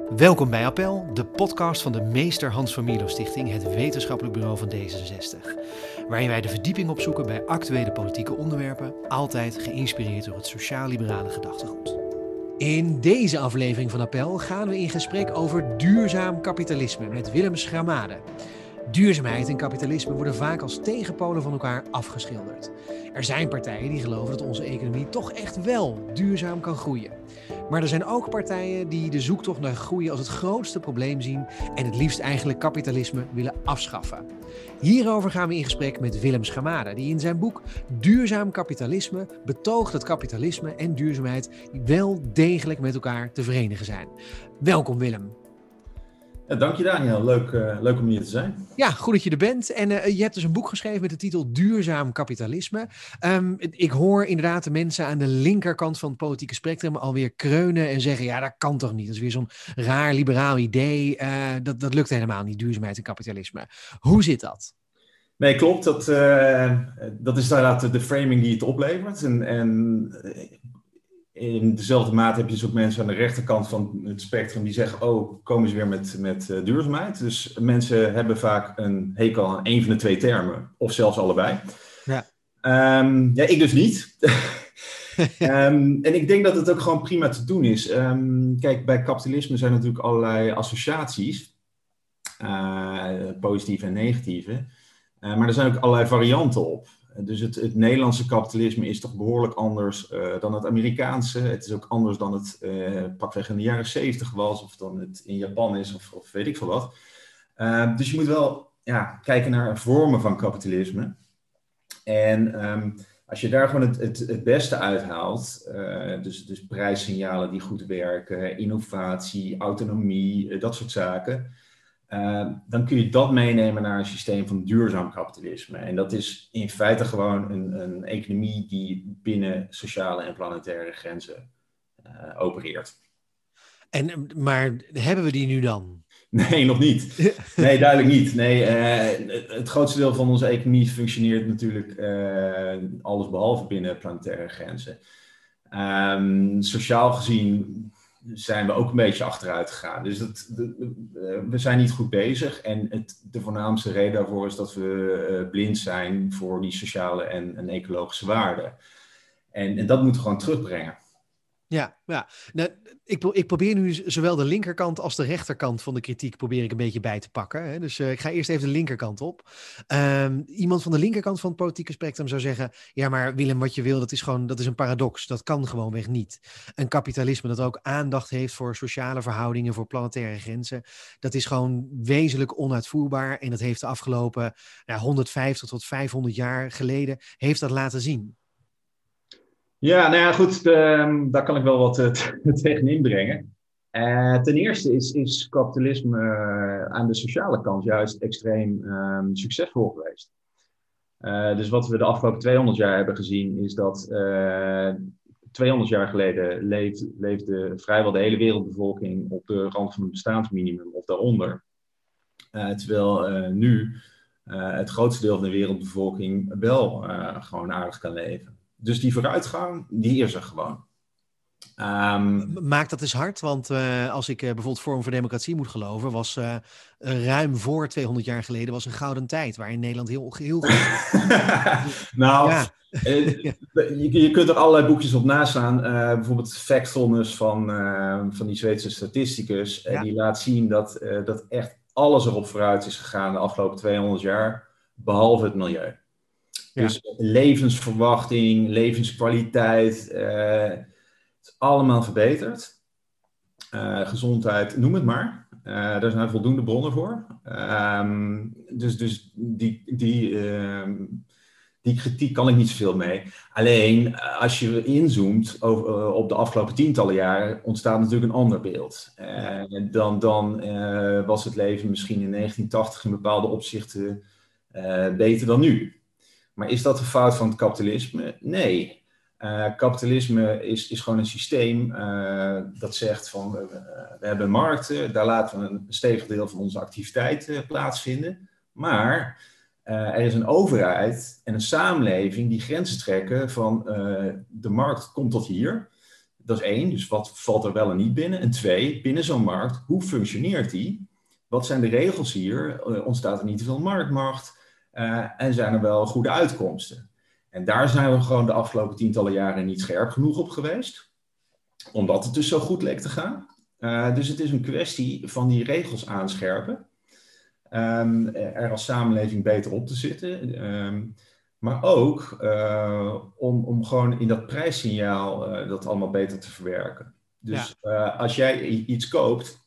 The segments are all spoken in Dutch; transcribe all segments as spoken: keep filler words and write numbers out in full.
Welkom bij Appel, de podcast van de Meester Hans van Mierlo Stichting, het wetenschappelijk bureau van D zesenzestig. Waarin wij de verdieping opzoeken bij actuele politieke onderwerpen, altijd geïnspireerd door het sociaal-liberale gedachtegoed. In deze aflevering van Appel gaan we in gesprek over duurzaam kapitalisme met Willem Schramade. Duurzaamheid en kapitalisme worden vaak als tegenpolen van elkaar afgeschilderd. Er zijn partijen die geloven dat onze economie toch echt wel duurzaam kan groeien. Maar er zijn ook partijen die de zoektocht naar groei als het grootste probleem zien en het liefst eigenlijk kapitalisme willen afschaffen. Hierover gaan we in gesprek met Willem Schramade, die in zijn boek Duurzaam Kapitalisme betoogt dat kapitalisme en duurzaamheid wel degelijk met elkaar te verenigen zijn. Welkom Willem. Ja, dank je Daniel, leuk, uh, leuk om hier te zijn. Ja, goed dat je er bent. En uh, je hebt dus een boek geschreven met de titel Duurzaam Kapitalisme. Um, ik hoor inderdaad de mensen aan de linkerkant van het politieke spectrum alweer kreunen en zeggen, ja, dat kan toch niet. Dat is weer zo'n raar liberaal idee. Uh, dat, dat lukt helemaal niet, duurzaamheid en kapitalisme. Hoe zit dat? Nee, klopt. Dat, uh, dat is inderdaad de framing die het oplevert. En, en in dezelfde mate heb je dus ook mensen aan de rechterkant van het spectrum die zeggen, oh, komen ze weer met, met uh, duurzaamheid. Dus mensen hebben vaak een hekel aan één van de twee termen, of zelfs allebei. Ja, um, ja ik dus niet. um, en ik denk dat het ook gewoon prima te doen is. Um, kijk, bij kapitalisme zijn natuurlijk allerlei associaties, uh, positieve en negatieve. Uh, maar er zijn ook allerlei varianten op. Dus het, het Nederlandse kapitalisme is toch behoorlijk anders uh, dan het Amerikaanse. Het is ook anders dan het uh, pakweg in de jaren zeventig was, of dan het in Japan is, of, of weet ik veel wat. Uh, dus je moet wel ja, kijken naar vormen van kapitalisme. En um, als je daar gewoon het, het, het beste uithaalt, uh, dus, dus prijssignalen die goed werken, innovatie, autonomie, uh, dat soort zaken. Uh, dan kun je dat meenemen naar een systeem van duurzaam kapitalisme. En dat is in feite gewoon een, een economie die binnen sociale en planetaire grenzen uh, opereert. En, maar hebben we die nu dan? Nee, nog niet. Nee, duidelijk niet. Nee, uh, het grootste deel van onze economie functioneert natuurlijk uh, alles behalve binnen planetaire grenzen. Um, sociaal gezien zijn we ook een beetje achteruit gegaan. Dus dat, de, de, we zijn niet goed bezig. En het, de voornaamste reden daarvoor is dat we uh, blind zijn voor die sociale en, en ecologische waarden. En, en dat moeten we gewoon terugbrengen. Ja, ja. Nou, ik, ik probeer nu zowel de linkerkant als de rechterkant van de kritiek probeer ik een beetje bij te pakken. Hè. Dus uh, ik ga eerst even de linkerkant op. Um, iemand van de linkerkant van het politieke spectrum zou zeggen, ja, maar Willem, wat je wil, dat is gewoon, dat is een paradox. Dat kan gewoonweg niet. Een kapitalisme dat ook aandacht heeft voor sociale verhoudingen, voor planetaire grenzen, dat is gewoon wezenlijk onuitvoerbaar. En dat heeft de afgelopen nou, honderdvijftig tot vijfhonderd jaar geleden heeft dat laten zien. Ja, nou ja, goed, de, daar kan ik wel wat uh, tegenin brengen. Uh, ten eerste is, is kapitalisme uh, aan de sociale kant juist extreem um, succesvol geweest. Uh, dus wat we de afgelopen tweehonderd jaar hebben gezien is dat uh, tweehonderd jaar geleden leefde, leefde vrijwel de hele wereldbevolking op de rand van het bestaansminimum of daaronder. Uh, terwijl uh, nu uh, het grootste deel van de wereldbevolking wel uh, gewoon aardig kan leven. Dus die vooruitgang, die is er gewoon. Um, Maakt dat eens hard, want uh, als ik uh, bijvoorbeeld Forum voor Democratie moet geloven, was uh, ruim voor tweehonderd jaar geleden was een gouden tijd, waarin Nederland heel, heel goed... nou, ja. uh, je, je kunt er allerlei boekjes op naslaan. Uh, bijvoorbeeld Factfulness van, uh, van die Zweedse statisticus. Ja. Uh, die laat zien dat, uh, dat echt alles erop vooruit is gegaan de afgelopen tweehonderd jaar, behalve het milieu. Ja. Dus levensverwachting, levenskwaliteit, uh, het is allemaal verbeterd. Uh, gezondheid, noem het maar. Uh, daar zijn voldoende bronnen voor. Um, dus dus die, die, uh, die kritiek kan ik niet zoveel mee. Alleen, als je inzoomt over, uh, op de afgelopen tientallen jaren, ontstaat natuurlijk een ander beeld. Uh, dan dan uh, was het leven misschien in negentien tachtig in bepaalde opzichten uh, beter dan nu. Maar is dat een fout van het kapitalisme? Nee. Uh, kapitalisme is, is gewoon een systeem uh, dat zegt van uh, we hebben markten, daar laten we een stevig deel van onze activiteit uh, plaatsvinden. Maar uh, er is een overheid en een samenleving die grenzen trekken van uh, de markt komt tot hier. dat is één, dus wat valt er wel en niet binnen? En twee, binnen zo'n markt, hoe functioneert die? Wat zijn de regels hier? Uh, ontstaat er niet te veel marktmacht? Uh, en zijn er wel goede uitkomsten? En daar zijn we gewoon de afgelopen tientallen jaren niet scherp genoeg op geweest. Omdat het dus zo goed leek te gaan. Uh, dus het is een kwestie van die regels aanscherpen. Um, er als samenleving beter op te zitten. Um, maar ook uh, om, om gewoon in dat prijssignaal uh, dat allemaal beter te verwerken. Dus ja. uh, als jij iets koopt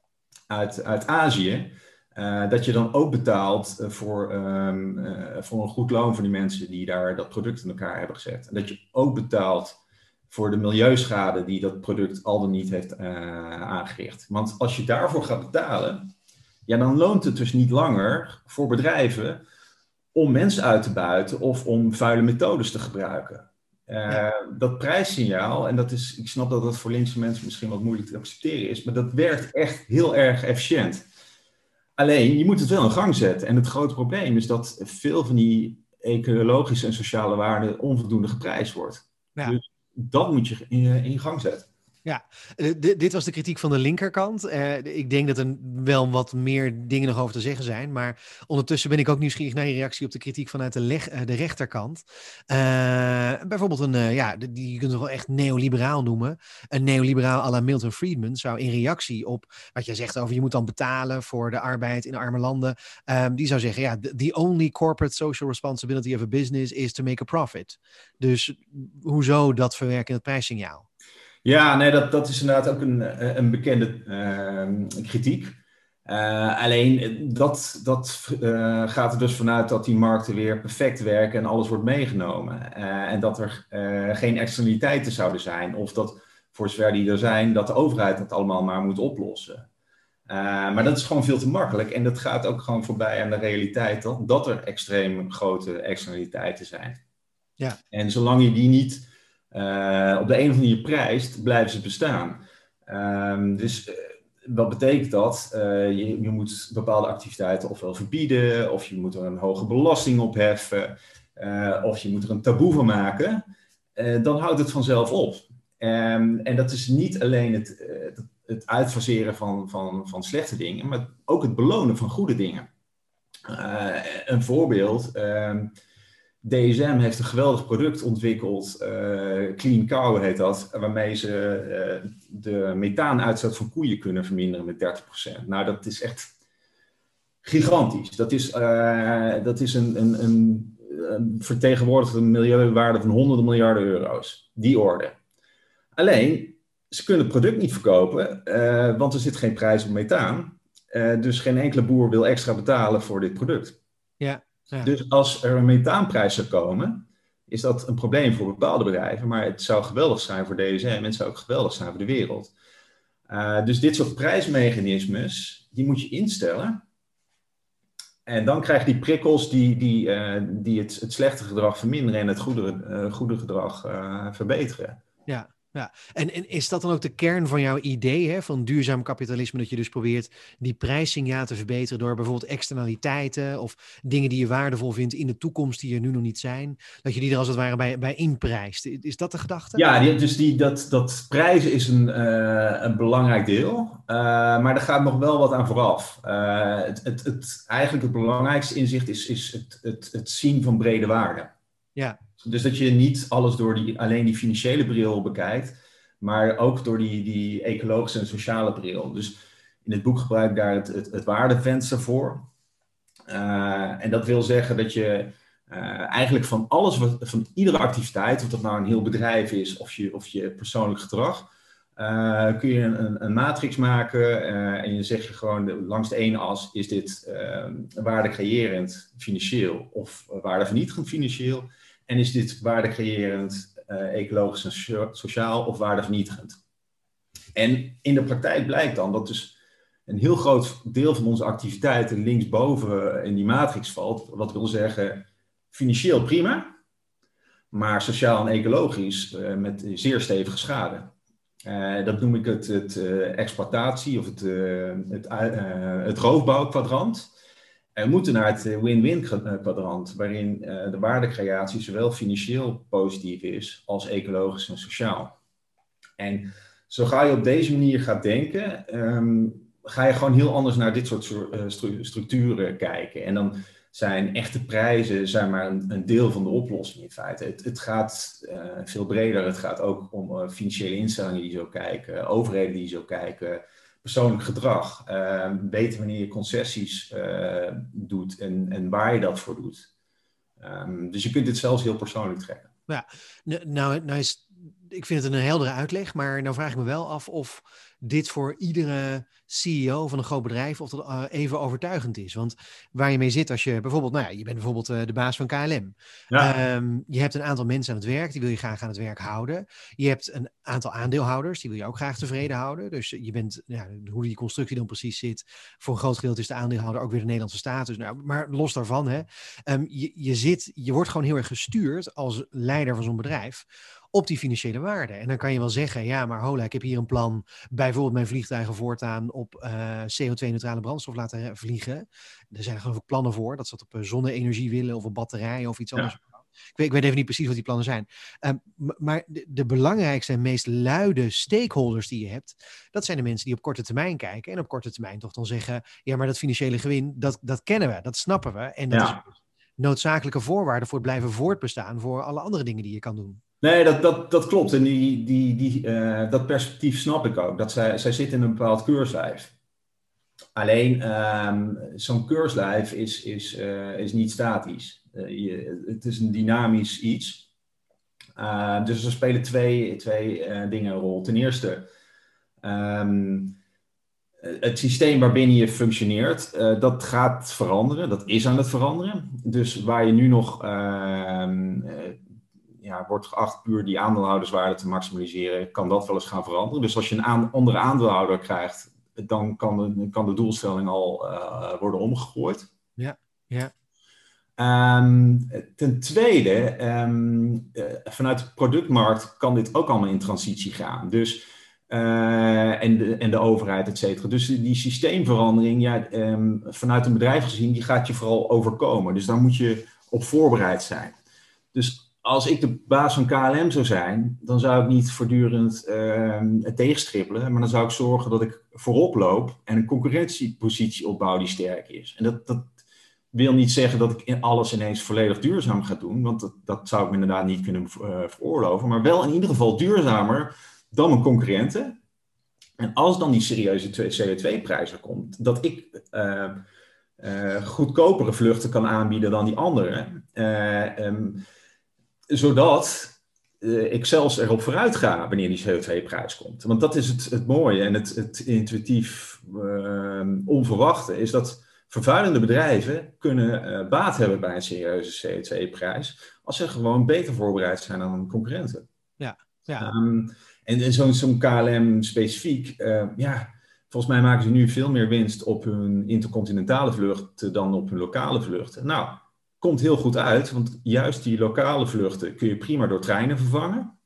uit, uit Azië, uh, dat je dan ook betaalt uh, voor, um, uh, voor een goed loon voor die mensen die daar dat product in elkaar hebben gezet. En dat je ook betaalt voor de milieuschade die dat product al dan niet heeft uh, aangericht. Want als je daarvoor gaat betalen, ja, dan loont het dus niet langer voor bedrijven om mensen uit te buiten of om vuile methodes te gebruiken. Uh, ja. Dat prijssignaal, en dat is, ik snap dat dat voor linkse mensen misschien wat moeilijk te accepteren is, maar dat werkt echt heel erg efficiënt. Alleen, je moet het wel in gang zetten. En het grote probleem is dat veel van die ecologische en sociale waarden onvoldoende geprijsd wordt. Ja. Dus dat moet je in, in gang zetten. Ja, uh, d- dit was de kritiek van de linkerkant. Uh, ik denk dat er wel wat meer dingen nog over te zeggen zijn. Maar ondertussen ben ik ook nieuwsgierig naar je reactie op de kritiek vanuit de, leg- uh, de rechterkant. Uh, bijvoorbeeld een, uh, ja, die je kunt het wel echt neoliberaal noemen. Een neoliberaal à la Milton Friedman zou in reactie op wat jij zegt over je moet dan betalen voor de arbeid in arme landen. Um, die zou zeggen, ja, the, the only corporate social responsibility of a business is to make a profit. Dus hoezo dat verwerken in het prijssignaal? Ja, nee, dat, dat is inderdaad ook een, een bekende uh, kritiek. Uh, alleen dat, dat uh, gaat er dus vanuit dat die markten weer perfect werken en alles wordt meegenomen. Uh, en dat er uh, geen externaliteiten zouden zijn. Of dat, voor zover die er zijn, dat de overheid dat allemaal maar moet oplossen. Uh, maar dat is gewoon veel te makkelijk. En dat gaat ook gewoon voorbij aan de realiteit dat, dat er extreem grote externaliteiten zijn. Ja. En zolang je die niet Uh, op de een of andere manier prijst, blijven ze bestaan. Um, dus uh, wat betekent dat? Uh, je, je moet bepaalde activiteiten ofwel verbieden, of je moet er een hoge belasting op heffen, uh, of je moet er een taboe van maken. Uh, dan houdt het vanzelf op. Um, en dat is niet alleen het, uh, het, het uitfaseren van, van, van slechte dingen, maar ook het belonen van goede dingen. Uh, een voorbeeld. Um, D S M heeft een geweldig product ontwikkeld, uh, Clean Cow heet dat, waarmee ze uh, de methaanuitstoot van koeien kunnen verminderen met dertig procent. Nou, dat is echt gigantisch. Dat is, uh, dat is een, een, een, een vertegenwoordigt een milieuwaarde van honderden miljarden euro's. Die orde. Alleen, ze kunnen het product niet verkopen, uh, want er zit geen prijs op methaan. Uh, dus geen enkele boer wil extra betalen voor dit product. Ja. Ja. Dus als er een methaanprijs zou komen, is dat een probleem voor bepaalde bedrijven. Maar het zou geweldig zijn voor D S M en het zou ook geweldig zijn voor de wereld. Uh, dus dit soort prijsmechanismes, die moet je instellen. En dan krijg je die prikkels die, die, uh, die het, het slechte gedrag verminderen en het goede, uh, goede gedrag uh, verbeteren. Ja. Ja, en, en is dat dan ook de kern van jouw idee hè, van duurzaam kapitalisme, dat je dus probeert die prijssignaal te verbeteren door bijvoorbeeld externaliteiten of dingen die je waardevol vindt in de toekomst die er nu nog niet zijn, dat je die er als het ware bij, bij inprijst. Is dat de gedachte? Ja, die, dus die, dat, dat prijzen is een, uh, een belangrijk deel, uh, maar er gaat nog wel wat aan vooraf. Uh, het, het, het, eigenlijk het belangrijkste inzicht is, is het, het, het zien van brede waarden. Ja. Dus dat je niet alles door die, alleen die financiële bril bekijkt, maar ook door die, die ecologische en sociale bril. Dus in het boek gebruik ik daar het, het, het waardevenster voor. Uh, en dat wil zeggen dat je uh, eigenlijk van alles, wat, van iedere activiteit, of dat nou een heel bedrijf is of je, of je persoonlijk gedrag, uh, kun je een, een matrix maken uh, en je zeg je gewoon langs de ene as is dit uh, waardecreërend financieel of waardevernietigend financieel. En is dit waardecreërend, uh, ecologisch en so- sociaal of waardevernietigend? En in de praktijk blijkt dan dat dus een heel groot deel van onze activiteiten linksboven in die matrix valt. Wat wil zeggen, financieel prima, maar sociaal en ecologisch uh, met zeer stevige schade. Uh, dat noem ik het, het uh, exploitatie of het, uh, het, uh, het roofbouwkwadrant. We moeten naar het win-win kwadrant, waarin uh, de waardecreatie zowel financieel positief is als ecologisch en sociaal. En zo ga je op deze manier gaat denken, um, ga je gewoon heel anders naar dit soort stru- structuren kijken. En dan zijn echte prijzen zijn maar een, een deel van de oplossing in feite. Het, het gaat uh, veel breder. Het gaat ook om uh, financiële instellingen die zo kijken, overheden die zo kijken, persoonlijk gedrag. Uh, weten wanneer je concessies uh, doet en, en waar je dat voor doet. Um, dus je kunt dit zelfs heel persoonlijk trekken. Ja, nou, nou is, ik vind het een heldere uitleg, maar nou vraag ik me wel af of dit voor iedere C E O van een groot bedrijf of dat uh, even overtuigend is. Want waar je mee zit als je bijvoorbeeld, nou ja, je bent bijvoorbeeld uh, de baas van K L M. Ja. Um, je hebt een aantal mensen aan het werk, die wil je graag aan het werk houden. Je hebt een aantal aandeelhouders, die wil je ook graag tevreden houden. Dus je bent, ja, hoe die constructie dan precies zit, voor een groot gedeelte is de aandeelhouder ook weer de Nederlandse staat. Dus, nou, maar los daarvan, hè, um, je, je zit, je wordt gewoon heel erg gestuurd als leider van zo'n bedrijf op die financiële waarde. En dan kan je wel zeggen, ja, maar hola, ik heb hier een plan, bijvoorbeeld mijn vliegtuigen voortaan op uh, C O twee neutrale brandstof laten vliegen. Er zijn er gewoon ook plannen voor, dat ze dat op uh, zonne-energie willen of op batterijen of iets ja. anders. Ik weet, ik weet even niet precies wat die plannen zijn. Um, maar de, de belangrijkste en meest luide stakeholders die je hebt, dat zijn de mensen die op korte termijn kijken en op korte termijn toch dan zeggen, ja, maar dat financiële gewin, dat, dat kennen we, dat snappen we. En dat ja. is noodzakelijke voorwaarde voor het blijven voortbestaan voor alle andere dingen die je kan doen. Nee, dat, dat, dat klopt. En die, die, die, uh, dat perspectief snap ik ook. Dat zij, zij zitten in een bepaald keurslijf. Alleen, um, zo'n keurslijf is, is, uh, is niet statisch. Uh, je, het is een dynamisch iets. Uh, dus er spelen twee, twee uh, dingen een rol. Ten eerste, um, het systeem waarbinnen je functioneert, uh, dat gaat veranderen. Dat is aan het veranderen. Dus waar je nu nog uh, uh, ja, wordt geacht puur die aandeelhouderswaarde te maximaliseren, kan dat wel eens gaan veranderen. Dus als je een aan, andere aandeelhouder krijgt, dan kan de, kan de doelstelling al uh, worden omgegooid. Ja, ja. Um, ten tweede, um, uh, vanuit de productmarkt kan dit ook allemaal in transitie gaan. Dus, uh, en, de, en de overheid, et cetera. Dus die systeemverandering, ja, um, vanuit een bedrijf gezien, die gaat je vooral overkomen. Dus daar moet je op voorbereid zijn. Dus als ik de baas van K L M zou zijn, dan zou ik niet voortdurend uh, tegenstrippelen, maar dan zou ik zorgen dat ik voorop loop en een concurrentiepositie opbouw die sterk is. En dat, dat wil niet zeggen dat ik in alles ineens volledig duurzaam ga doen, want dat, dat zou ik me inderdaad niet kunnen uh, veroorloven, maar wel in ieder geval duurzamer dan mijn concurrenten. En als dan die serieuze C O twee prijs er komt, dat ik uh, uh, goedkopere vluchten kan aanbieden dan die anderen. Uh, um, zodat uh, ik zelfs erop vooruit ga wanneer die C O twee prijs komt. Want dat is het, het mooie en het, het intuïtief uh, onverwachte, is dat vervuilende bedrijven kunnen uh, baat hebben bij een serieuze C O twee prijs als ze gewoon beter voorbereid zijn dan hun concurrenten. Ja, ja. Um, en en zo'n, zo'n K L M specifiek, uh, ja, volgens mij maken ze nu veel meer winst op hun intercontinentale vluchten dan op hun lokale vluchten. Nou, komt heel goed uit, want juist die lokale vluchten kun je prima door treinen vervangen.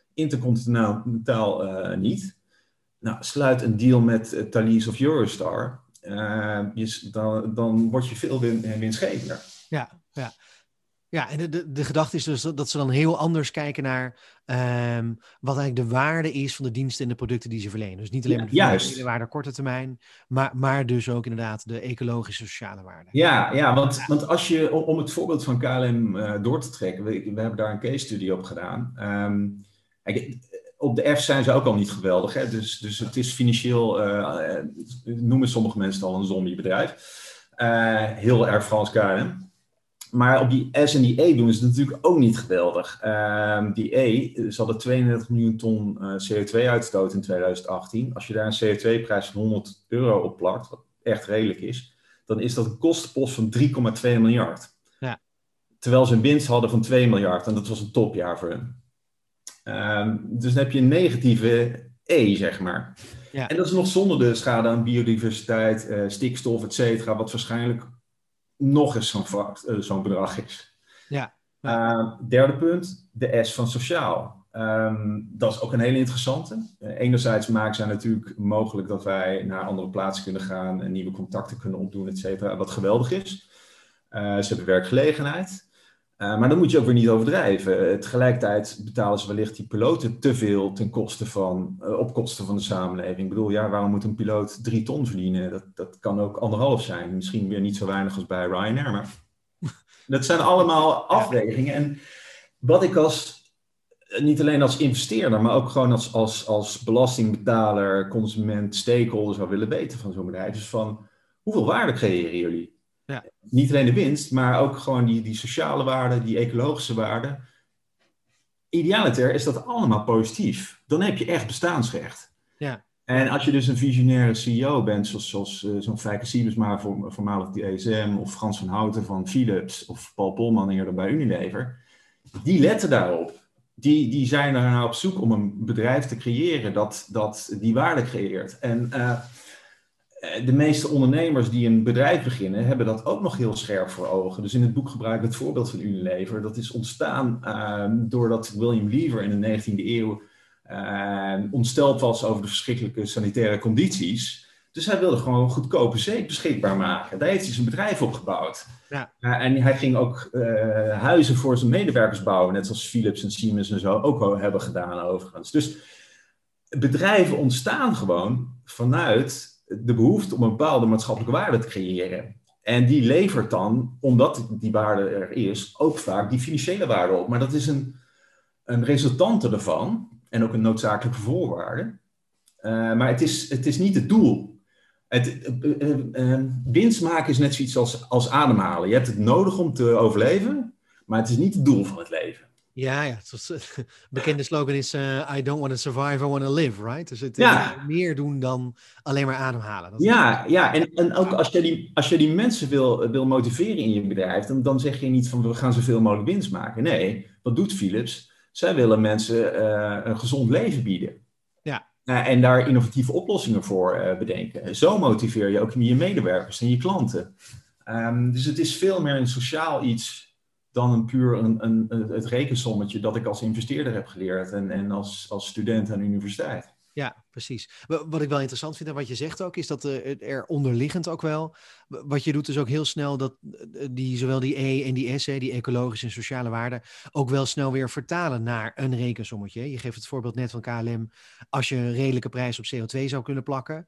Intercontinentaal uh, niet. Nou, sluit een deal met uh, Thalys of Eurostar. Uh, je, dan, dan word je veel win, winstgevender. Ja, ja. Ja, en de, de, de gedachte is dus dat, dat ze dan heel anders kijken naar um, wat eigenlijk de waarde is van de diensten en de producten die ze verlenen. Dus niet alleen maar de financiële waarde op korte termijn, maar, maar dus ook inderdaad de ecologische sociale waarde. Ja, ja, want, ja. want als je, om het voorbeeld van K L M uh, door te trekken, we, we hebben daar een case study op gedaan. Um, op de F zijn ze ook al niet geweldig, hè? Dus, dus het is financieel, uh, noemen sommige mensen het al een zombiebedrijf. Uh, heel erg Frans K L M. Maar op die S en die E doen ze het natuurlijk ook niet geweldig. Uh, die E, ze hadden tweeëndertig miljoen ton uh, C O twee uitstoot in twintig achttien. Als je daar een C O twee prijs van honderd euro op plakt, wat echt redelijk is, dan is dat een kostenpost van drie komma twee miljard. Ja. Terwijl ze een winst hadden van twee miljard en dat was een topjaar voor hen. Uh, dus dan heb je een negatieve E, zeg maar. Ja. En dat is nog zonder de schade aan biodiversiteit, uh, stikstof, et cetera, wat waarschijnlijk nog eens zo'n, uh, zo'n bedrag is. Ja. Ja. Uh, derde punt, de S van sociaal. Um, dat is ook een hele interessante. Uh, enerzijds maken zij natuurlijk mogelijk dat wij naar andere plaatsen kunnen gaan en nieuwe contacten kunnen opdoen, et cetera, wat geweldig is. Uh, ze hebben werkgelegenheid. Uh, maar dan moet je ook weer niet overdrijven. Uh, tegelijkertijd betalen ze wellicht die piloten te veel ten koste van, uh, op kosten van de samenleving. Ik bedoel, ja, waarom moet een piloot drie ton verdienen? Dat, dat kan ook anderhalf zijn. Misschien weer niet zo weinig als bij Ryanair. Maar dat zijn allemaal afwegingen. En wat ik als, niet alleen als investeerder, maar ook gewoon als, als, als belastingbetaler, consument, stakeholder zou willen weten van zo'n bedrijf. Dus van, hoeveel waarde creëren jullie? Ja. Niet alleen de winst, maar ook gewoon die, die sociale waarde, die ecologische waarde. Idealiter is dat allemaal positief. Dan heb je echt bestaansrecht. Ja. En als je dus een visionaire C E O bent, zoals, zoals uh, zo'n Feike Sijbesma, voor, voormalig D S M, of Frans van Houten van Philips, of Paul Polman eerder bij Unilever, die letten daarop. Die, die zijn er nou op zoek om een bedrijf te creëren dat, dat die waarde creëert. En uh, de meeste ondernemers die een bedrijf beginnen, hebben dat ook nog heel scherp voor ogen. Dus in het boek gebruik ik het voorbeeld van Unilever. Dat is ontstaan uh, doordat William Lever in de negentiende eeuw uh, ontsteld was over de verschrikkelijke sanitaire condities. Dus hij wilde gewoon goedkope zeep beschikbaar maken. Daar heeft hij zijn bedrijf op gebouwd. Ja. Uh, en hij ging ook uh, huizen voor zijn medewerkers bouwen, net zoals Philips en Siemens en zo ook hebben gedaan overigens. Dus bedrijven ontstaan gewoon vanuit de behoefte om een bepaalde maatschappelijke waarde te creëren. En die levert dan, omdat die waarde er is, ook vaak die financiële waarde op. Maar dat is een, een resultante ervan en ook een noodzakelijke voorwaarde. Uh, maar het is, het is niet het doel. Het, uh, uh, uh, winst maken is net zoiets als, als ademhalen. Je hebt het nodig om te overleven, maar het is niet het doel van het leven. Ja, ja. De bekende slogan is uh, I don't want to survive, I want to live, right? Dus het ja. is meer doen dan alleen maar ademhalen. Dat ja, ja. En, en ook als je die, als je die mensen wil, wil motiveren in je bedrijf, dan, dan zeg je niet van we gaan zoveel mogelijk winst maken. Nee, wat doet Philips? Zij willen mensen uh, een gezond leven bieden. Ja. Uh, en daar innovatieve oplossingen voor uh, bedenken. Zo motiveer je ook je medewerkers en je klanten. Um, dus het is veel meer een sociaal iets dan een puur een, een, een, het rekensommetje dat ik als investeerder heb geleerd en, en als, als student aan de universiteit. Ja, precies. Wat ik wel interessant vind en wat je zegt ook, is dat uh, er onderliggend ook wel, wat je doet is ook heel snel dat die, zowel die E en die S, die ecologische en sociale waarden, ook wel snel weer vertalen naar een rekensommetje. Je geeft het voorbeeld net van K L M, als je een redelijke prijs op C O twee zou kunnen plakken,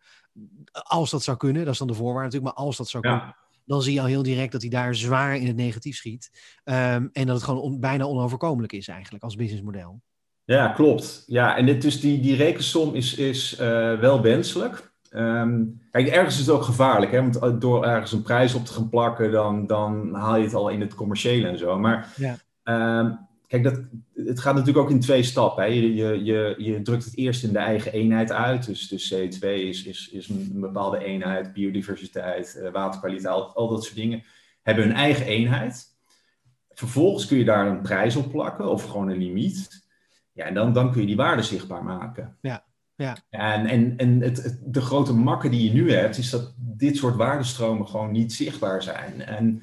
als dat zou kunnen, dat is dan de voorwaarde natuurlijk, maar als dat zou ja. kunnen, dan zie je al heel direct dat hij daar zwaar in het negatief schiet. Um, en dat het gewoon on, bijna onoverkomelijk is eigenlijk als businessmodel. Ja, klopt. Ja, en dit, dus die, die rekensom is, is uh, wel wenselijk. Um, kijk, ergens is het ook gevaarlijk, hè? Want door ergens een prijs op te gaan plakken, dan, dan haal je het al in het commerciële en zo. Maar ja. um, kijk, dat, het gaat natuurlijk ook in twee stappen. Hè? Je, je, je, je drukt het eerst in de eigen eenheid uit. Dus, dus C O twee is, is, is een bepaalde eenheid, biodiversiteit, uh, waterkwaliteit, al, al dat soort dingen hebben een eigen eenheid. Vervolgens kun je daar een prijs op plakken of gewoon een limiet. Ja, en dan, dan kun je die waarde zichtbaar maken. Ja, ja. En, en, en het, het, de grote makke die je nu hebt, is dat dit soort waardestromen gewoon niet zichtbaar zijn. En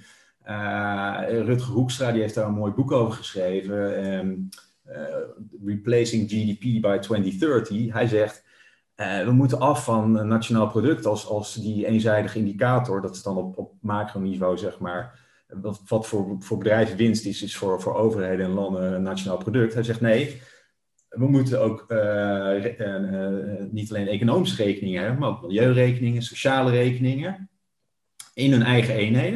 uh, Rutger Hoekstra, die heeft daar een mooi boek over geschreven. Um, uh, Replacing G D P by twintig dertig. Hij zegt, uh, we moeten af van een nationaal product als, als die eenzijdige indicator. Dat is dan op, op macroniveau, zeg maar. Wat, wat voor, voor bedrijven winst is, is voor, voor overheden en landen een nationaal product. Hij zegt, nee, we moeten ook uh, re, uh, niet alleen economische rekeningen hebben, maar ook milieurekeningen, sociale rekeningen in hun eigen eenheden.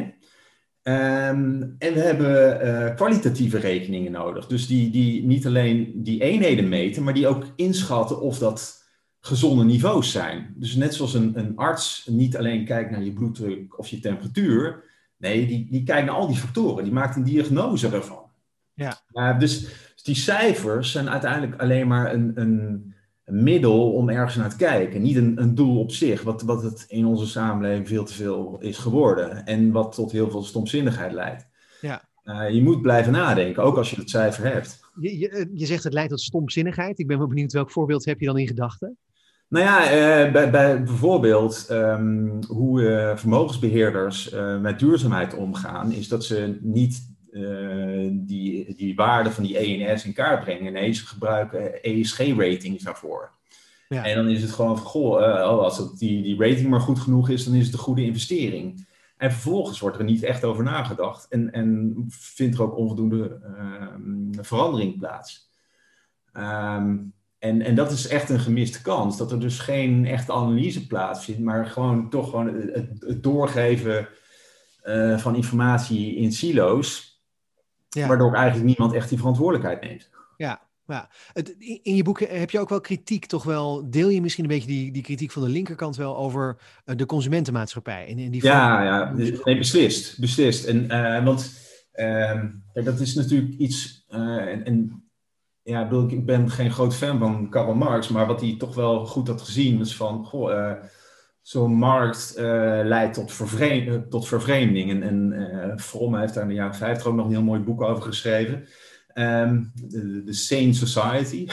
Um, en we hebben uh, kwalitatieve rekeningen nodig. Dus die, die niet alleen die eenheden meten, maar die ook inschatten of dat gezonde niveaus zijn. Dus net zoals een, een arts niet alleen kijkt naar je bloeddruk of je temperatuur, nee, die, die kijkt naar al die factoren, die maakt een diagnose ervan. Ja. Uh, dus die cijfers zijn uiteindelijk alleen maar een, een, een middel om ergens naar te kijken. Niet een, een doel op zich, wat, wat het in onze samenleving veel te veel is geworden. En wat tot heel veel stomzinnigheid leidt. Ja. Uh, je moet blijven nadenken, ook als je het cijfer hebt. Je, je, je zegt het leidt tot stomzinnigheid. Ik ben wel benieuwd welk voorbeeld heb je dan in gedachten? Nou ja, uh, bij, bij bijvoorbeeld um, hoe uh, vermogensbeheerders uh, met duurzaamheid omgaan, is dat ze niet uh, die, die waarde van die E N S in kaart brengen. Nee, ze gebruiken E S G-ratings daarvoor. Ja. En dan is het gewoon van, goh, uh, als het die, die rating maar goed genoeg is, dan is het een goede investering. En vervolgens wordt er niet echt over nagedacht. En, en vindt er ook onvoldoende uh, verandering plaats. Um, en, en dat is echt een gemiste kans. Dat er dus geen echte analyse plaatsvindt. Maar gewoon toch gewoon het, het doorgeven uh, van informatie in silo's. Ja. Waardoor eigenlijk niemand echt die verantwoordelijkheid neemt. Ja. Ja, het, in je boek heb je ook wel kritiek, toch wel, deel je misschien een beetje die, die kritiek van de linkerkant wel over uh, de consumentenmaatschappij? En, en die ja, ja, nee, beslist, beslist. En, uh, want uh, kijk, dat is natuurlijk iets, uh, en, en ja, ik, bedoel, ik ben geen groot fan van Karl Marx, maar wat hij toch wel goed had gezien is van, goh, uh, zo'n markt uh, leidt tot, vervreem, tot vervreemding. En, en uh, Fromm heeft daar in de jaren vijftig ook nog een heel mooi boek over geschreven. Um, de, de Sane Society.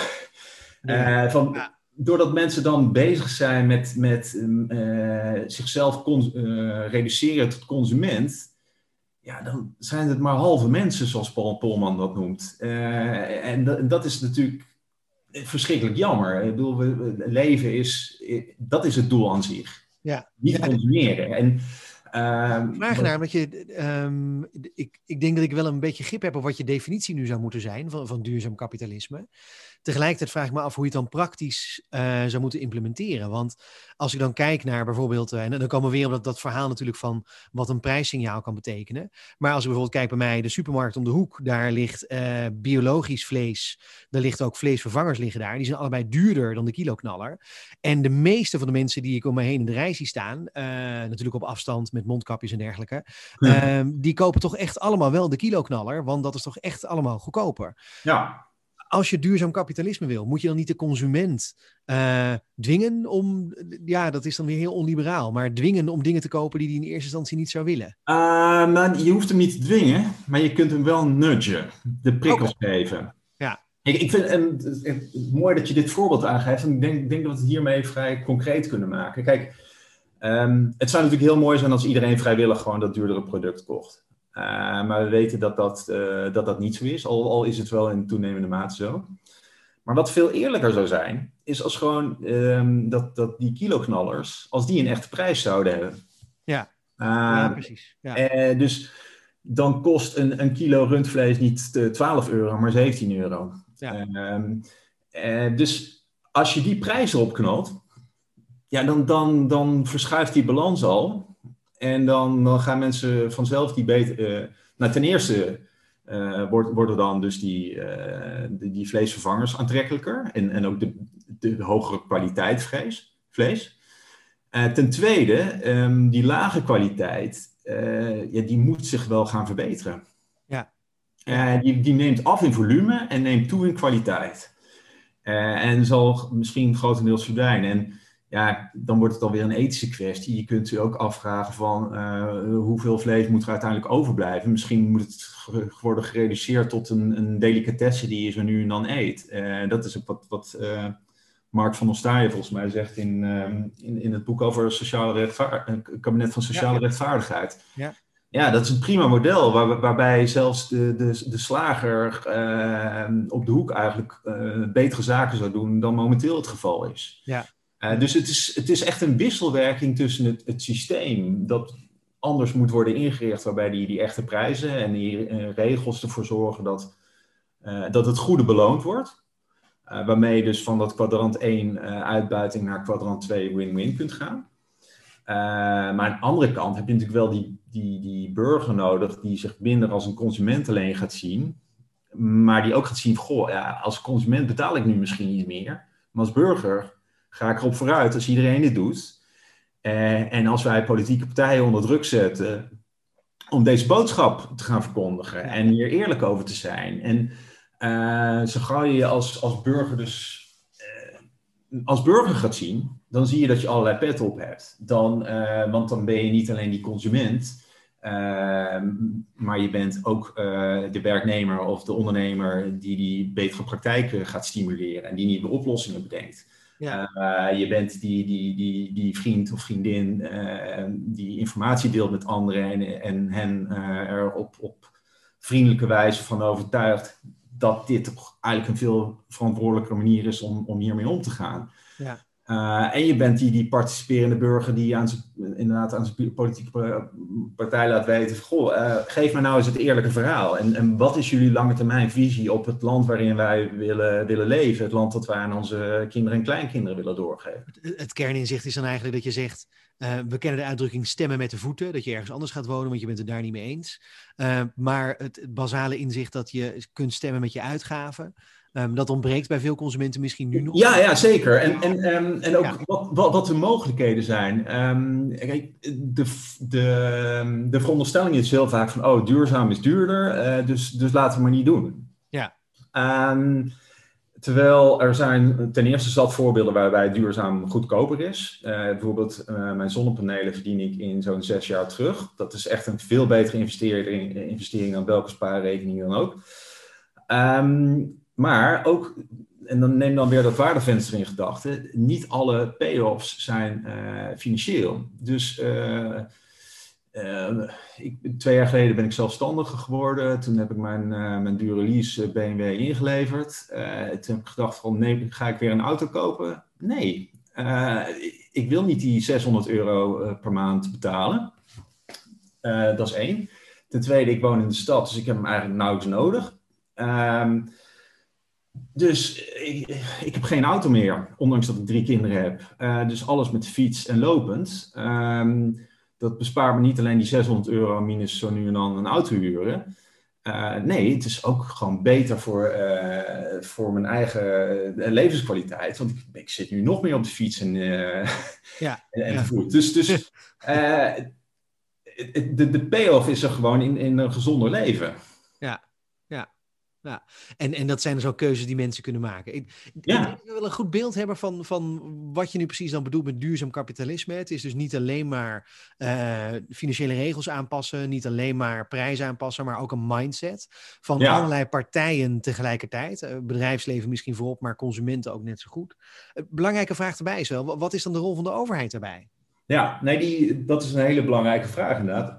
uh, van, ja. Doordat mensen dan bezig zijn met, met uh, zichzelf con- uh, reduceren tot consument, ja, dan zijn het maar halve mensen, zoals Paul Polman dat noemt. Uh, en dat, dat is natuurlijk verschrikkelijk jammer. Ik bedoel, we, we, leven is, dat is het doel aan zich. Ja. Niet ja. consumeren. En Um, Vraag naar, want je, um, ik, ik denk dat ik wel een beetje grip heb op wat je definitie nu zou moeten zijn van, van duurzaam kapitalisme. Tegelijkertijd vraag ik me af hoe je het dan praktisch uh, zou moeten implementeren. Want als ik dan kijk naar bijvoorbeeld, uh, en dan komen we weer op dat, dat verhaal natuurlijk van wat een prijssignaal kan betekenen. Maar als ik bijvoorbeeld kijk bij mij, de supermarkt om de hoek, daar ligt uh, biologisch vlees, daar ligt ook vleesvervangers liggen daar. Die zijn allebei duurder dan de kiloknaller. En de meeste van de mensen die ik om me heen in de rij zie staan, uh, natuurlijk op afstand met mondkapjes en dergelijke, uh, die kopen toch echt allemaal wel de kiloknaller, want dat is toch echt allemaal goedkoper. Ja. Als je duurzaam kapitalisme wil, moet je dan niet de consument uh, dwingen om, ja, dat is dan weer heel onliberaal, maar dwingen om dingen te kopen die hij in eerste instantie niet zou willen? Uh, nou, je hoeft hem niet te dwingen, maar je kunt hem wel nudgen, de prikkels okay. geven. Ja. Ik, ik vind het, het, het mooi dat je dit voorbeeld aangeeft en ik denk, denk dat we het hiermee vrij concreet kunnen maken. Kijk, um, het zou natuurlijk heel mooi zijn als iedereen vrijwillig gewoon dat duurdere product kocht. Uh, maar we weten dat dat, uh, dat dat niet zo is, al, al is het wel in toenemende mate zo. Maar wat veel eerlijker zou zijn, is als gewoon um, dat, dat die kiloknallers, als die een echte prijs zouden hebben. Ja, uh, ja precies. Ja. Uh, dus dan kost een, een kilo rundvlees niet twaalf euro, maar zeventien euro. Ja. Uh, uh, dus als je die prijs erop knalt, ja, dan, dan, dan verschuift die balans al. En dan, dan gaan mensen vanzelf die beter... Uh, nou, ten eerste uh, wordt, worden dan dus die, uh, die, die vleesvervangers aantrekkelijker. En, en ook de, de hogere kwaliteit vlees. vlees. Uh, ten tweede, um, die lage kwaliteit, uh, ja, die moet zich wel gaan verbeteren. Ja. Uh, die, die neemt af in volume en neemt toe in kwaliteit. Uh, en zal misschien grotendeels verdwijnen. En ja, dan wordt het alweer een ethische kwestie. Je kunt je ook afvragen van uh, hoeveel vlees moet er uiteindelijk overblijven. Misschien moet het worden gereduceerd tot een, een delicatesse die je zo nu en dan eet. Uh, dat is ook wat, wat uh, Mark van Ostaaien volgens mij zegt in, uh, in, in het boek over sociale rechtvaar- het kabinet van sociale ja, ja. rechtvaardigheid. Ja. Ja, dat is een prima model waar, waarbij zelfs de, de, de slager uh, op de hoek eigenlijk uh, betere zaken zou doen dan momenteel het geval is. Ja. Uh, dus het is, het is echt een wisselwerking tussen het, het systeem dat anders moet worden ingericht, waarbij die, die echte prijzen en die uh, regels ervoor zorgen dat, uh, dat het goede beloond wordt. Uh, waarmee je dus van dat kwadrant één uh, uitbuiting naar kwadrant twee win-win kunt gaan. Uh, maar aan de andere kant heb je natuurlijk wel die, die, die burger nodig die zich minder als een consument alleen gaat zien. Maar die ook gaat zien, goh, ja, als consument betaal ik nu misschien iets meer. Maar als burger ga ik erop vooruit als iedereen dit doet. Uh, en als wij politieke partijen onder druk zetten om deze boodschap te gaan verkondigen en hier eerlijk over te zijn. En uh, zo gauw je je als, als burger dus uh, als burger gaat zien, dan zie je dat je allerlei pet op hebt. Dan, uh, want dan ben je niet alleen die consument, uh, maar je bent ook uh, de werknemer of de ondernemer die die betere praktijken gaat stimuleren en die nieuwe oplossingen bedenkt. Ja. Uh, je bent die, die, die, die vriend of vriendin uh, die informatie deelt met anderen en, en hen uh, er op, op vriendelijke wijze van overtuigt dat dit toch eigenlijk een veel verantwoordelijkere manier is om, om hiermee om te gaan. Ja. Uh, en je bent die, die participerende burger die aan zijn, inderdaad aan zijn politieke partij laat weten van, goh, uh, geef mij nou eens het eerlijke verhaal. En, en wat is jullie lange termijn visie op het land waarin wij willen, willen leven? Het land dat wij aan onze kinderen en kleinkinderen willen doorgeven. Het, het kerninzicht is dan eigenlijk dat je zegt, uh, we kennen de uitdrukking stemmen met de voeten. Dat je ergens anders gaat wonen, want je bent het daar niet mee eens. Uh, maar het, het basale inzicht dat je kunt stemmen met je uitgaven. Um, dat ontbreekt bij veel consumenten misschien nu nog. Ja, ja zeker. En, en, um, en ook ja. wat, wat, wat de mogelijkheden zijn. Um, kijk, de, de, de veronderstelling is heel vaak van, oh, duurzaam is duurder, uh, dus, dus laten we maar niet doen. Ja. Um, terwijl er zijn ten eerste zat voorbeelden waarbij duurzaam goedkoper is. Uh, bijvoorbeeld uh, mijn zonnepanelen verdien ik in zo'n zes jaar terug. Dat is echt een veel betere investering, investering dan welke spaarrekening dan ook. Um, Maar ook, en dan neem dan weer dat waardevenster in gedachten, niet alle payoffs zijn uh, financieel. Dus uh, uh, ik, twee jaar geleden ben ik zelfstandig geworden. Toen heb ik mijn, uh, mijn dure lease B M W ingeleverd. Uh, toen heb ik gedacht van, nee, ga ik weer een auto kopen? Nee, uh, ik wil niet die zeshonderd euro uh, per maand betalen. Uh, dat is één. Ten tweede, ik woon in de stad, dus ik heb hem eigenlijk nauwelijks nodig. Um, Dus ik, ik heb geen auto meer, ondanks dat ik drie kinderen heb. Uh, dus alles met fiets en lopend. Um, dat bespaart me niet alleen die zeshonderd euro minus zo nu en dan een auto huren. Uh, nee, het is ook gewoon beter voor, uh, voor mijn eigen uh, levenskwaliteit. Want ik, ik zit nu nog meer op de fiets en, uh, ja, en, en ja. te voet. Dus, dus uh, de, de payoff is er gewoon in, in een gezonder leven. Ja, ja. Ja, en, en dat zijn dus ook keuzes die mensen kunnen maken. Ik, ja. ik denk dat we wel een goed beeld hebben van, van wat je nu precies dan bedoelt met duurzaam kapitalisme. Het is dus niet alleen maar uh, financiële regels aanpassen, niet alleen maar prijzen aanpassen, maar ook een mindset van ja. allerlei partijen tegelijkertijd. Uh, bedrijfsleven misschien voorop, maar consumenten ook net zo goed. Uh, belangrijke vraag erbij is wel, wat is dan de rol van de overheid daarbij? Ja, nee, die, dat is een hele belangrijke vraag inderdaad.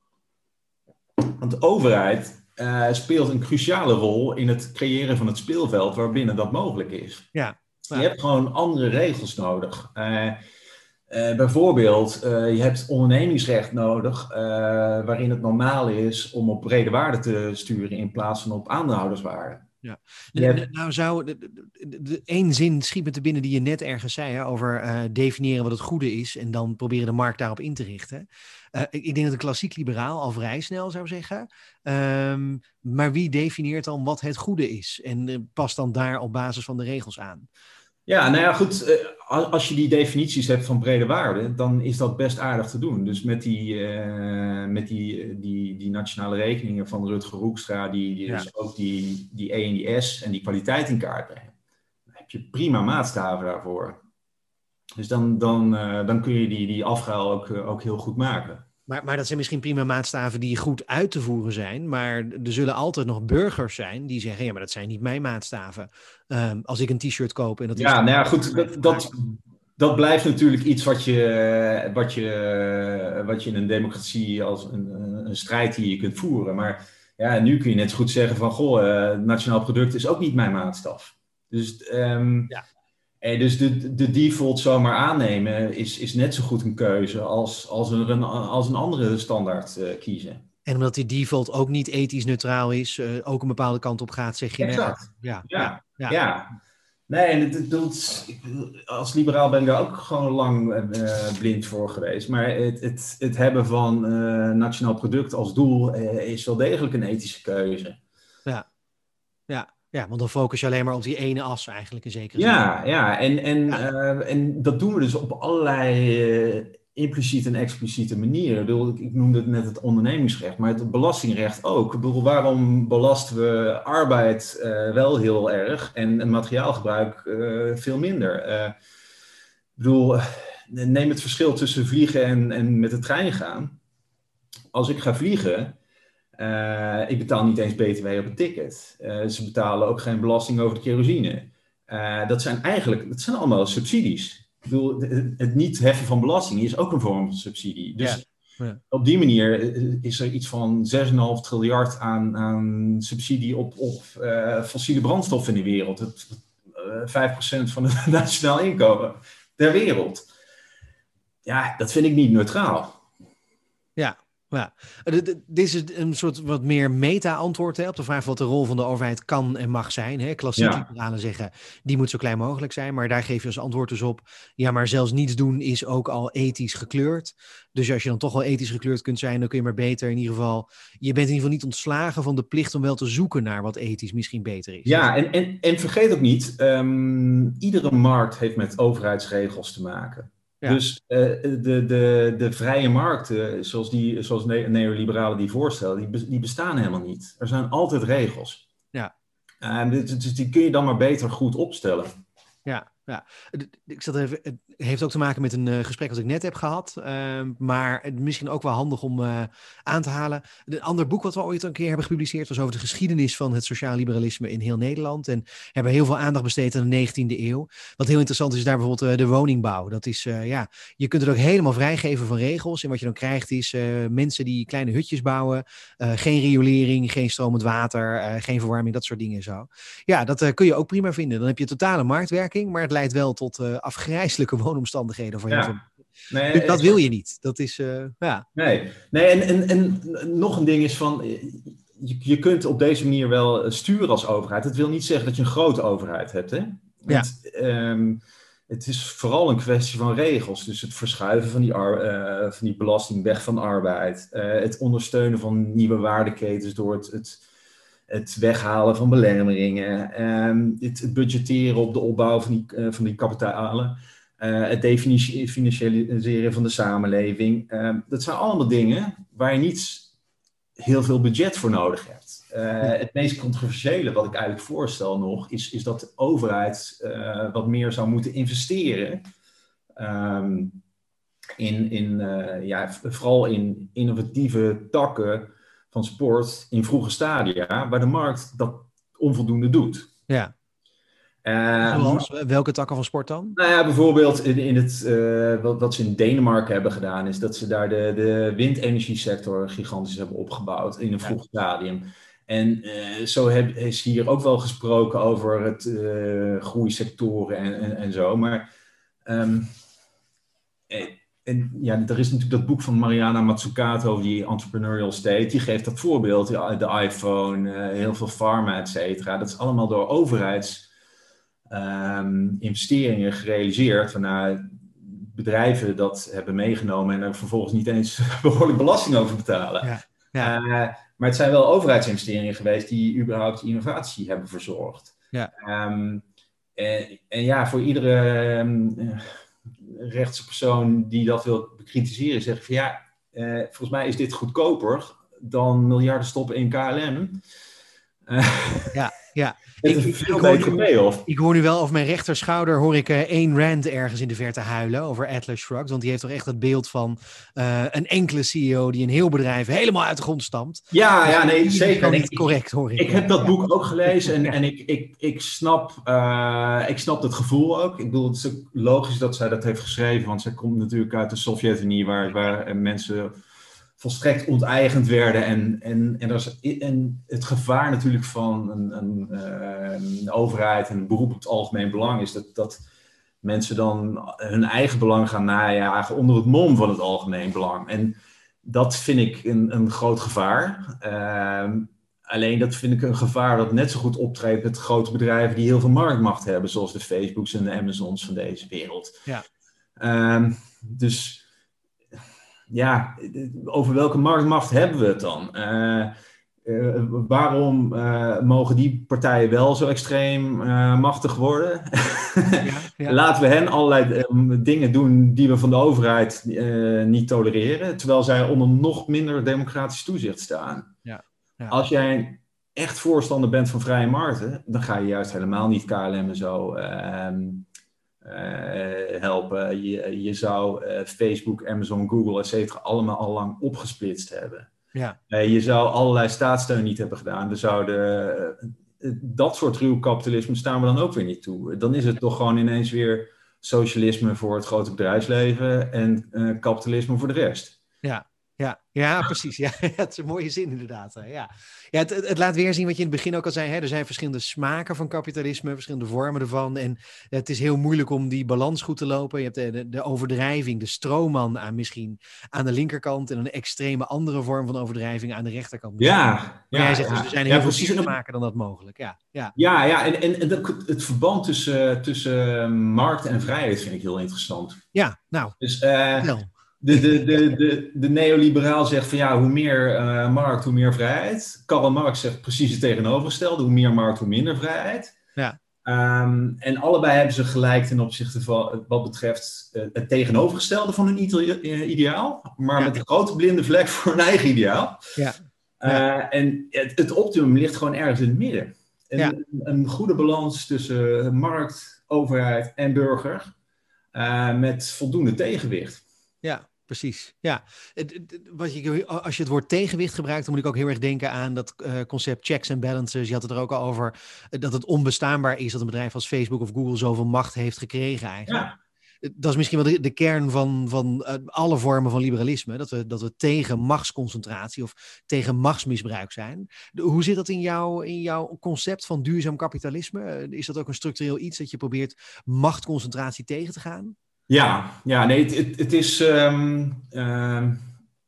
Want de overheid Uh, speelt een cruciale rol in het creëren van het speelveld waarbinnen dat mogelijk is. Ja, ja. Je hebt gewoon andere regels nodig. Uh, uh, bijvoorbeeld, uh, je hebt ondernemingsrecht nodig, uh, waarin het normaal is om op brede waarde te sturen in plaats van op aandeelhouderswaarde. Ja. Hebt... Nou zou de, de, de, één zin schiet me te binnen die je net ergens zei, hè, over uh, definiëren wat het goede is en dan proberen de markt daarop in te richten. Uh, ik, ik denk dat een klassiek liberaal al vrij snel zou zeggen. Um, maar wie definieert dan wat het goede is en uh, past dan daar op basis van de regels aan? Ja, nou ja, goed. Uh, als je die definities hebt van brede waarde, dan is dat best aardig te doen. Dus met die, uh, met die, die, die nationale rekeningen van Rutger Hoekstra, die, die ja. dus ook die, die E en die S en die kwaliteit in kaart brengen, dan heb je prima maatstaven daarvoor. Dus dan, dan, uh, dan kun je die, die afgaal ook, uh, ook heel goed maken. Maar, maar dat zijn misschien prima maatstaven die goed uit te voeren zijn. Maar er zullen altijd nog burgers zijn die zeggen, ja, maar dat zijn niet mijn maatstaven. Um, als ik een t-shirt koop en dat is... Ja, nou ja, goed, dat, dat, dat blijft natuurlijk iets wat je, wat je, wat je in een democratie als een, een strijd die je kunt voeren. Maar ja, nu kun je net zo goed zeggen van, goh, uh, nationaal product is ook niet mijn maatstaf. Dus... Um, ja. En dus de, de default zomaar aannemen is, is net zo goed een keuze als, als, een, als een andere standaard uh, kiezen. En omdat die default ook niet ethisch neutraal is, uh, ook een bepaalde kant op gaat, zeg je... Exact. Ja, ja, ja, ja. ja. Nee, en het, het, het, als liberaal ben ik daar ook gewoon lang uh, blind voor geweest. Maar het, het, het hebben van uh, nationaal product als doel uh, is wel degelijk een ethische keuze. Ja, ja. Ja, want dan focus je alleen maar op die ene as eigenlijk in zekere zin. Ja, ja. En, en, ja. Uh, en dat doen we dus op allerlei uh, impliciete en expliciete manieren. Ik, bedoel, ik noemde het net het ondernemingsrecht, maar het belastingrecht ook. Ik bedoel, waarom belasten we arbeid uh, wel heel erg en, en materiaalgebruik uh, veel minder? Uh, ik bedoel, neem het verschil tussen vliegen en, en met de trein gaan. Als ik ga vliegen... Uh, ik betaal niet eens B T W op een ticket. Uh, ze betalen ook geen belasting over de kerosine. Uh, dat zijn eigenlijk, dat zijn allemaal subsidies. Ik bedoel, het niet heffen van belasting is ook een vorm van subsidie. Dus ja. Ja. Op die manier is er iets van zes komma vijf triljard aan, aan subsidie op, op uh, fossiele brandstoffen in de wereld. Het, uh, vijf procent van het nationaal inkomen. ter wereld. Ja, dat vind ik niet neutraal. Ja. Ja, dit is een soort wat meer meta-antwoord hè, op de vraag wat de rol van de overheid kan en mag zijn. Hè. Klassiek Ja. liberalen zeggen, die moet zo klein mogelijk zijn. Maar daar geef je als antwoord dus op, ja, maar zelfs niets doen is ook al ethisch gekleurd. Dus als je dan toch wel ethisch gekleurd kunt zijn, dan kun je maar beter in ieder geval... Je bent in ieder geval niet ontslagen van de plicht om wel te zoeken naar wat ethisch misschien beter is. Ja, en, en, en vergeet ook niet, um, iedere markt heeft met overheidsregels te maken. Ja. Dus uh, de, de, de vrije markten, zoals, die, zoals ne- neoliberalen die voorstellen, die, die bestaan helemaal niet. Er zijn altijd regels. Ja. Uh, dus, dus die kun je dan maar beter goed opstellen. Ja, ja. Ik zat even, het heeft ook te maken met een uh, gesprek dat ik net heb gehad. Uh, maar misschien ook wel handig om uh, aan te halen. Een ander boek wat we ooit een keer hebben gepubliceerd was over de geschiedenis van het sociaal liberalisme in heel Nederland. En hebben heel veel aandacht besteed aan de negentiende eeuw. Wat heel interessant is, is daar bijvoorbeeld uh, de woningbouw. Dat is, uh, ja, je kunt het ook helemaal vrijgeven van regels. En wat je dan krijgt is uh, mensen die kleine hutjes bouwen. Uh, geen riolering, geen stromend water, uh, geen verwarming, dat soort dingen en zo. Ja, dat uh, kun je ook prima vinden. Dan heb je totale marktwerking. Maar het leidt wel tot uh, afgrijselijke woonomstandigheden voor heel veel mensen. Nee, dus dat wil je niet. Dat is, uh, ja. Nee, nee en, en, en nog een ding is van... Je, je kunt op deze manier wel sturen als overheid. Het wil niet zeggen dat je een grote overheid hebt, hè? Want, ja. um, het is vooral een kwestie van regels. Dus het verschuiven van die, ar- uh, van die belasting weg van arbeid. Uh, het ondersteunen van nieuwe waardeketens door het... het Het weghalen van belemmeringen, um, het budgetteren op de opbouw van die, uh, van die kapitalen, uh, het definancialiseren van de samenleving. Um, dat zijn allemaal dingen waar je niet heel veel budget voor nodig hebt. Uh, het meest controversiële wat ik eigenlijk voorstel nog, is, is dat de overheid uh, wat meer zou moeten investeren. Um, in, in, uh, ja, vooral in innovatieve takken van sport in vroege stadia, waar de markt dat onvoldoende doet. Ja. Uh, Zoals, welke takken van sport dan? Nou ja, bijvoorbeeld in, in het, uh, wat, wat ze in Denemarken hebben gedaan, is dat ze daar de, de windenergiesector gigantisch hebben opgebouwd in een vroeg ja. stadium. En uh, zo heb, is hier ook wel gesproken over het uh, groeisectoren en, en, en zo, maar... Um, eh, En ja, er is natuurlijk dat boek van Mariana Mazzucato over die entrepreneurial state. Die geeft dat voorbeeld, de iPhone, uh, heel veel pharma, et cetera. Dat is allemaal door overheidsinvesteringen um, gerealiseerd. Van uh, bedrijven dat hebben meegenomen en er vervolgens niet eens behoorlijk belasting over betalen. Ja, ja. Uh, maar het zijn wel overheidsinvesteringen geweest die überhaupt innovatie hebben verzorgd. Ja. Um, en, en ja, voor iedere... Um, uh, rechtse persoon die dat wil bekritiseren, zegt van ja, eh, volgens mij is dit goedkoper dan miljarden stoppen in K L M. Uh, ja, ja. Ik, ik, ik, hoor mee, of? ik hoor nu wel over mijn rechterschouder, hoor ik uh, Ayn Rand ergens in de verte huilen over Atlas Shrugged, want die heeft toch echt het beeld van uh, een enkele C E O die een heel bedrijf helemaal uit de grond stampt. Ja, dus ja, nee, zeker. Niet correct, hoor ik. Ik heb dat boek ook gelezen en, en ik, ik, ik, snap, uh, ik snap het gevoel ook. Ik bedoel, het is ook logisch dat zij dat heeft geschreven, want zij komt natuurlijk uit de Sovjet-Unie, waar, waar mensen volstrekt onteigend werden. En, en, en, er is, en het gevaar natuurlijk van een, een, een overheid en een beroep op het algemeen belang is dat, dat mensen dan hun eigen belang gaan najagen onder het mom van het algemeen belang. En dat vind ik een, een groot gevaar. Uh, alleen dat vind ik een gevaar dat net zo goed optreedt met grote bedrijven die heel veel marktmacht hebben, zoals de Facebooks en de Amazons van deze wereld. Ja. Uh, dus ja, over welke marktmacht hebben we het dan? Uh, uh, waarom uh, mogen die partijen wel zo extreem uh, machtig worden? Ja, ja. Laten we hen allerlei um, dingen doen die we van de overheid uh, niet tolereren, terwijl zij onder nog minder democratisch toezicht staan. Ja, ja. Als jij echt voorstander bent van vrije markten, dan ga je juist helemaal niet K L M en zo uh, Uh, helpen. Je, je zou uh, Facebook, Amazon, Google, et cetera allemaal al lang opgesplitst hebben. Ja. Uh, je zou allerlei staatssteun niet hebben gedaan. We zouden, uh, dat soort ruw kapitalisme staan we dan ook weer niet toe. Dan is het ja. toch gewoon ineens weer socialisme voor het grote bedrijfsleven en uh, kapitalisme voor de rest. Ja. Ja, ja, precies. Ja, het is een mooie zin inderdaad. Ja. Ja, het, het laat weer zien wat je in het begin ook al zei. Hè? Er zijn verschillende smaken van kapitalisme, verschillende vormen ervan. En het is heel moeilijk om die balans goed te lopen. Je hebt de, de, de overdrijving, de stroomman aan misschien aan de linkerkant en een extreme andere vorm van overdrijving aan de rechterkant. Misschien. Ja, Maar ja, jij zegt ja, dus er zijn ja, heel veel precies. meer smaken dan dat mogelijk. Ja, ja. Ja, ja en, en, en dat- het verband tussen, tussen markt en vrijheid vind ik heel interessant. Ja, nou, Dus uh, vertel. de, de, de, de, de neoliberaal zegt van ja, hoe meer uh, markt, hoe meer vrijheid. Karl Marx zegt precies het tegenovergestelde. Hoe meer markt, hoe minder vrijheid. Ja. Um, en allebei hebben ze gelijk ten opzichte van wat betreft uh, het tegenovergestelde van hun ideaal. Maar Ja. met een grote blinde vlek voor hun eigen ideaal. Ja. Ja. Uh, en het, het optimum ligt gewoon ergens in het midden. Een, Ja. een goede balans tussen markt, overheid en burger. Uh, met voldoende tegenwicht. Ja, precies. Ja. Wat je, als je het woord tegenwicht gebruikt, dan moet ik ook heel erg denken aan dat uh, concept checks and balances. Je had het er ook al over uh, dat het onbestaanbaar is dat een bedrijf als Facebook of Google zoveel macht heeft gekregen eigenlijk. Ja. Dat is misschien wel de, de kern van, van uh, alle vormen van liberalisme. Dat we, dat we tegen machtsconcentratie of tegen machtsmisbruik zijn. De, hoe zit dat in, jou, in jouw concept van duurzaam kapitalisme? Uh, is dat ook een structureel iets dat je probeert machtsconcentratie tegen te gaan? Ja, ja nee, het, het, het is... Um, um,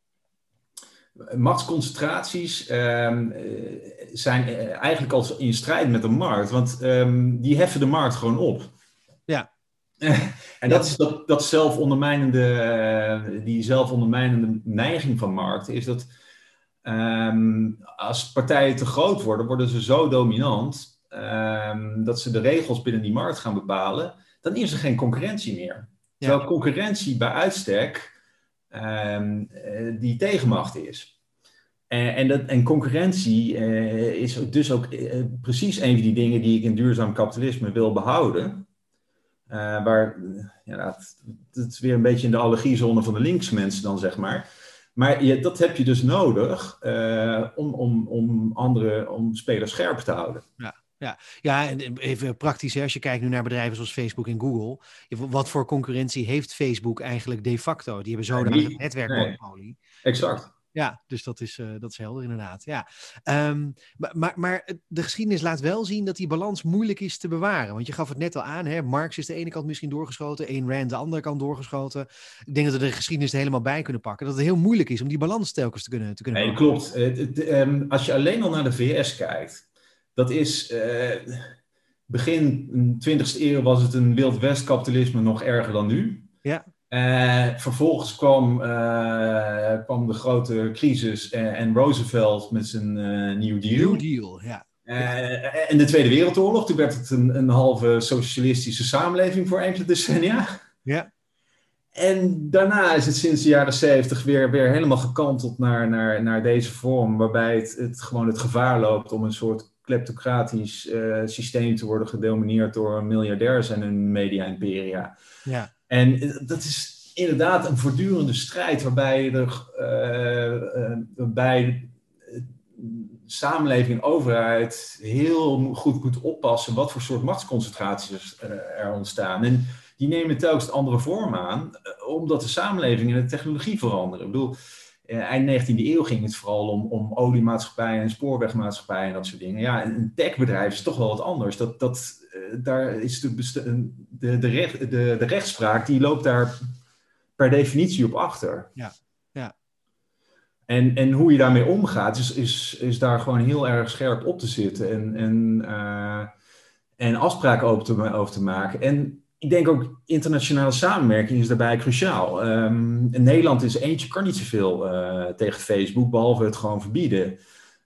machtsconcentraties um, zijn eigenlijk al in strijd met de markt. Want um, die heffen de markt gewoon op. Ja. En dat is dat, dat zelfondermijnende, die zelfondermijnende neiging van markten, is dat um, als partijen te groot worden, worden ze zo dominant um, dat ze de regels binnen die markt gaan bepalen. Dan is er geen concurrentie meer. Ja. Terwijl concurrentie bij uitstek um, die tegenmacht is. En, en, dat, en concurrentie uh, is dus ook uh, precies een van die dingen die ik in duurzaam kapitalisme wil behouden. Uh, waar, ja, het, het is weer een beetje in de allergiezone van de linkse mensen dan, zeg maar. Maar je, dat heb je dus nodig uh, om, om, om andere, om spelers scherp te houden. Ja. Ja, ja, en even praktisch, hè, als je kijkt nu naar bedrijven zoals Facebook en Google. Wat voor concurrentie heeft Facebook eigenlijk de facto? Die hebben zodanig een netwerkmonopolie. Nee, exact. Ja, dus dat is, uh, dat is helder inderdaad. Ja. Um, maar, maar, maar de geschiedenis laat wel zien dat die balans moeilijk is te bewaren. Want je gaf het net al aan, hè? Marx is de ene kant misschien doorgeschoten, Ayn Rand de andere kant doorgeschoten. Ik denk dat we de geschiedenis er helemaal bij kunnen pakken. Dat het heel moeilijk is om die balans telkens te kunnen te kunnen Nee, klopt. Uh, de, de, um, als je alleen al naar de V S kijkt, dat is... Uh, begin twintigste eeuw was het een Wild West kapitalisme nog erger dan nu. Ja. Uh, vervolgens kwam, uh, kwam de grote crisis uh, en Roosevelt met zijn uh, New Deal. New Deal, ja. Uh, en de Tweede Wereldoorlog, toen werd het een, een halve socialistische samenleving voor enkele decennia. Ja. En daarna is het sinds de jaren zeventig weer, weer helemaal gekanteld naar, naar, naar deze vorm, waarbij het, het gewoon het gevaar loopt om een soort kleptocratisch uh, systeem te worden gedomineerd door miljardairs en hun media-imperia. Ja. En dat is inderdaad een voortdurende strijd waarbij er uh, uh, waarbij samenleving en overheid heel goed moet oppassen wat voor soort machtsconcentraties uh, er ontstaan. En die nemen telkens andere vormen aan, uh, omdat de samenleving en de technologie veranderen. Ik bedoel, uh, eind negentiende eeuw ging het vooral om, om oliemaatschappijen en spoorwegmaatschappijen en dat soort dingen. Ja, een techbedrijf is toch wel wat anders. Dat, dat, uh, daar is de, de, de, recht, de, de rechtspraak, die loopt daar per definitie op achter. Ja, ja. En, en hoe je daarmee omgaat, is, is, is daar gewoon heel erg scherp op te zitten en, en, uh, en afspraken over te, over te maken. En ik denk ook internationale samenwerking is daarbij cruciaal. Um, in Nederland is eentje kan niet zoveel uh, tegen Facebook, behalve het gewoon verbieden. Uh,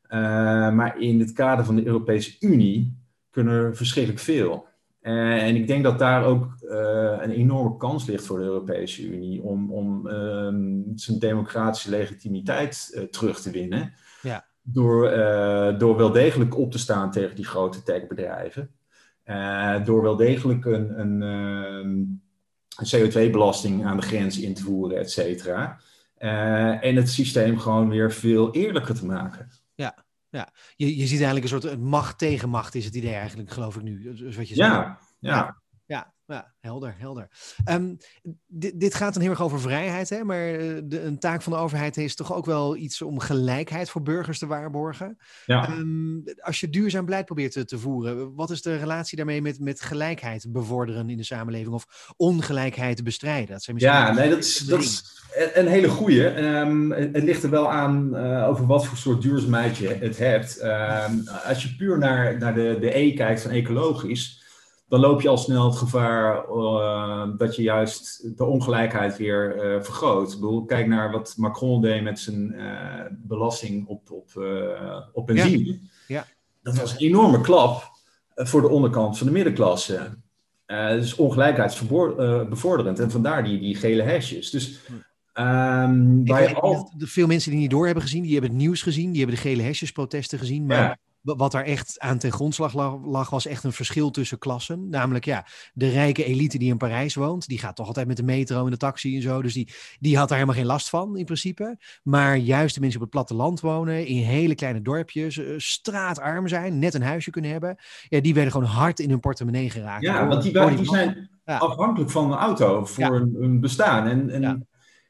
maar in het kader van de Europese Unie kunnen er verschrikkelijk veel. Uh, en ik denk dat daar ook uh, een enorme kans ligt voor de Europese Unie om, om um, zijn democratische legitimiteit uh, terug te winnen. Ja. Door, uh, door wel degelijk op te staan tegen die grote techbedrijven. Uh, door wel degelijk een, een, um, een C O twee belasting aan de grens in te voeren, et cetera. Uh, en het systeem gewoon weer veel eerlijker te maken. Ja. Ja, je, je ziet eigenlijk een soort macht tegen macht is het idee eigenlijk, geloof ik nu. Dus wat je ja, ja. Ja, Ja, helder, helder. Um, dit, dit gaat dan heel erg over vrijheid, hè? Maar de, een taak van de overheid is toch ook wel iets om gelijkheid voor burgers te waarborgen. Ja. Um, als je duurzaam beleid probeert te, te voeren, wat is de relatie daarmee met, met gelijkheid bevorderen in de samenleving of ongelijkheid bestrijden? Dat zijn misschien ja, nee, dat is, dat is een hele goeie. Um, het ligt er wel aan uh, over wat voor soort duurzaamheid je het hebt. Um, als je puur naar, naar de, de E kijkt van ecologisch, dan loop je al snel het gevaar uh, dat je juist de ongelijkheid weer uh, vergroot. Ik bedoel, kijk naar wat Macron deed met zijn uh, belasting op, op, uh, op benzine. Ja. Ja. Dat was een enorme klap uh, voor de onderkant van de middenklasse. Uh, dus ongelijkheidsbevorderend. En vandaar die, die gele hesjes. Dus um, waar je al... veel mensen die niet door hebben gezien, die hebben het nieuws gezien, die hebben de gele hesjesprotesten gezien, maar... Ja. Wat daar echt aan ten grondslag lag, was echt een verschil tussen klassen. Namelijk, ja, de rijke elite die in Parijs woont, die gaat toch altijd met de metro en de taxi en zo. Dus die, die had daar helemaal geen last van, in principe. Maar juist de mensen op het platteland wonen, in hele kleine dorpjes, straatarm zijn, net een huisje kunnen hebben. Ja, die werden gewoon hard in hun portemonnee geraakt. Ja, door, want die, die, die zijn ja. afhankelijk van een auto voor ja. hun, hun bestaan. En, en ja.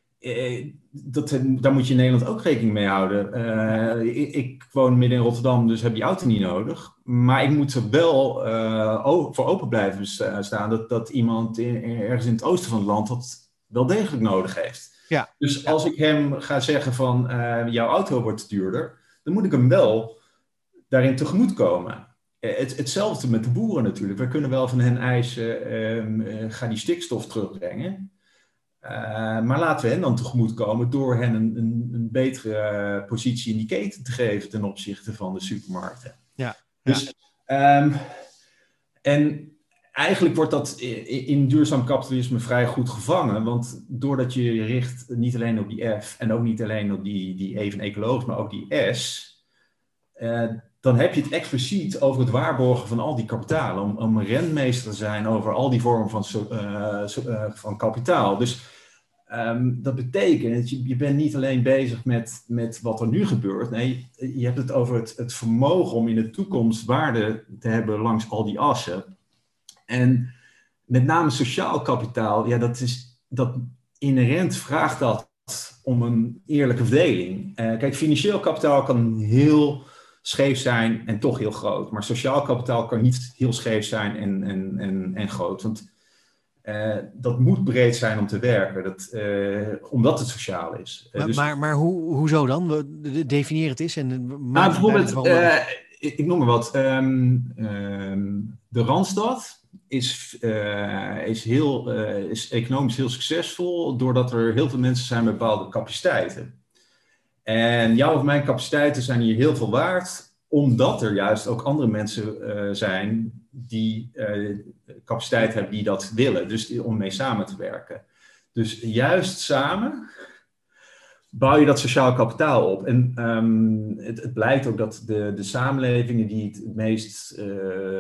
Dat, daar moet je in Nederland ook rekening mee houden. Uh, ik, ik woon midden in Rotterdam, dus heb die auto niet nodig. Maar ik moet er wel uh, voor open blijven staan dat, dat iemand in, ergens in het oosten van het land dat wel degelijk nodig heeft. Ja. Dus ja. als ik hem ga zeggen van uh, jouw auto wordt duurder, dan moet ik hem wel daarin tegemoetkomen. Uh, het, hetzelfde met de boeren natuurlijk. We kunnen wel van hen eisen, uh, uh, ga die stikstof terugbrengen. Uh, maar laten we hen dan tegemoetkomen door hen een, een, een betere uh, positie in die keten te geven ten opzichte van de supermarkten. Ja, dus, ja. Um, en eigenlijk wordt dat in, in duurzaam kapitalisme vrij goed gevangen, want doordat je je richt niet alleen op die F en ook niet alleen op die, die E van ecologisch, maar ook die S, uh, dan heb je het expliciet over het waarborgen van al die kapitalen, om, om een rentmeester te zijn over al die vormen van, uh, uh, van kapitaal. Dus Um, dat betekent, je, je bent niet alleen bezig met, met wat er nu gebeurt. Nee, je, je hebt het over het, het vermogen om in de toekomst waarde te hebben langs al die assen. En met name sociaal kapitaal, ja, dat is dat inherent vraagt dat om een eerlijke verdeling. Uh, kijk, financieel kapitaal kan heel scheef zijn en toch heel groot. Maar sociaal kapitaal kan niet heel scheef zijn en, en, en, en groot. Want Uh, dat moet breed zijn om te werken, dat, uh, omdat het sociaal is. Uh, maar dus... maar, maar hoe, hoezo dan? We, definieer het eens. En nou, bijvoorbeeld, uh, ik, ik noem maar wat. Um, um, de Randstad is, uh, is, heel, uh, is economisch heel succesvol doordat er heel veel mensen zijn met bepaalde capaciteiten. En jouw of mijn capaciteiten zijn hier heel veel waard, omdat er juist ook andere mensen uh, zijn die uh, capaciteit hebben die dat willen. Dus om mee samen te werken. Dus juist samen bouw je dat sociaal kapitaal op. En um, het, het blijkt ook dat de, de samenlevingen die het, het meest, uh,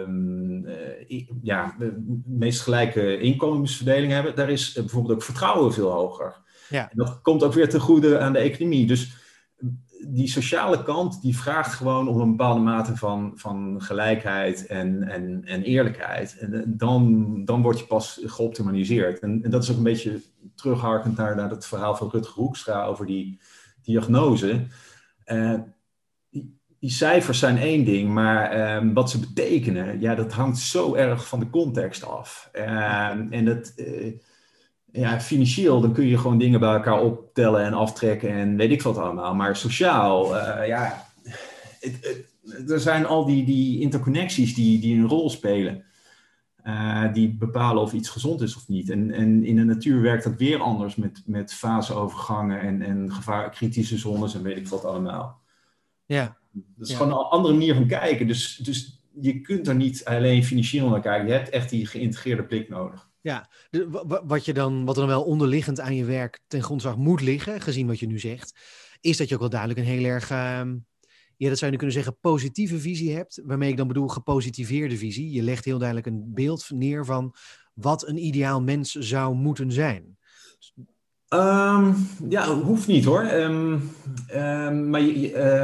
uh, ja, de meest gelijke inkomensverdeling hebben, daar is uh, bijvoorbeeld ook vertrouwen veel hoger. Ja. En dat komt ook weer ten goede aan de economie. Dus die sociale kant, die vraagt gewoon om een bepaalde mate van, van gelijkheid en, en, en eerlijkheid. En dan, dan word je pas geoptimaliseerd. En, en dat is ook een beetje terugharkend naar, naar het verhaal van Rutger Hoekstra over die diagnose. Uh, die, die cijfers zijn één ding, maar uh, wat ze betekenen, ja, dat hangt zo erg van de context af. Uh, en dat... Uh, Ja, financieel, dan kun je gewoon dingen bij elkaar optellen en aftrekken en weet ik wat allemaal. Maar sociaal, uh, ja, het, het, er zijn al die, die interconnecties die, die een rol spelen. Uh, die bepalen of iets gezond is of niet. En, en in de natuur werkt dat weer anders met, met faseovergangen en, en gevaar, kritische zones en weet ik wat allemaal. Ja. Dat is ja. gewoon een andere manier van kijken. Dus, dus je kunt er niet alleen financieel naar kijken. Je hebt echt die geïntegreerde blik nodig. Ja, de, wat, je dan, wat er dan wel onderliggend aan je werk ten grondslag moet liggen, gezien wat je nu zegt, is dat je ook wel duidelijk een heel erg, uh, ja, dat zou je nu kunnen zeggen, positieve visie hebt. Waarmee ik dan bedoel gepositiveerde visie. Je legt heel duidelijk een beeld neer van wat een ideaal mens zou moeten zijn. Um, ja, hoeft niet hoor. Um, um, maar je... Uh...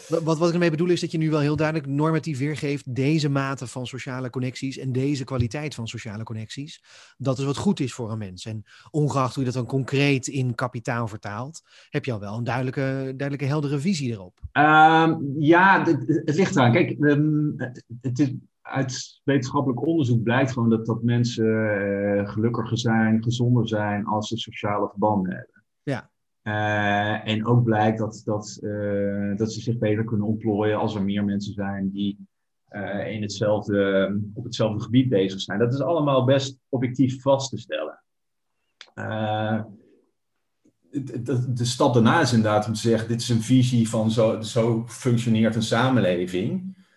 Wat, wat ik ermee bedoel is dat je nu wel heel duidelijk normatief weergeeft deze mate van sociale connecties en deze kwaliteit van sociale connecties. Dat is wat goed is voor een mens. En ongeacht hoe je dat dan concreet in kapitaal vertaalt, heb je al wel een duidelijke, duidelijke heldere visie erop. Um, ja, het, het ligt eraan. Kijk, um, het, het is, uit wetenschappelijk onderzoek blijkt gewoon dat, dat mensen uh, gelukkiger zijn, gezonder zijn als ze sociale verbanden hebben. Ja. Uh, en ook blijkt dat, dat, uh, dat ze zich beter kunnen ontplooien als er meer mensen zijn die uh, in hetzelfde, op hetzelfde gebied bezig zijn. Dat is allemaal best objectief vast te stellen. Uh, de, de stap daarna is inderdaad om te zeggen, dit is een visie van zo, zo functioneert een samenleving.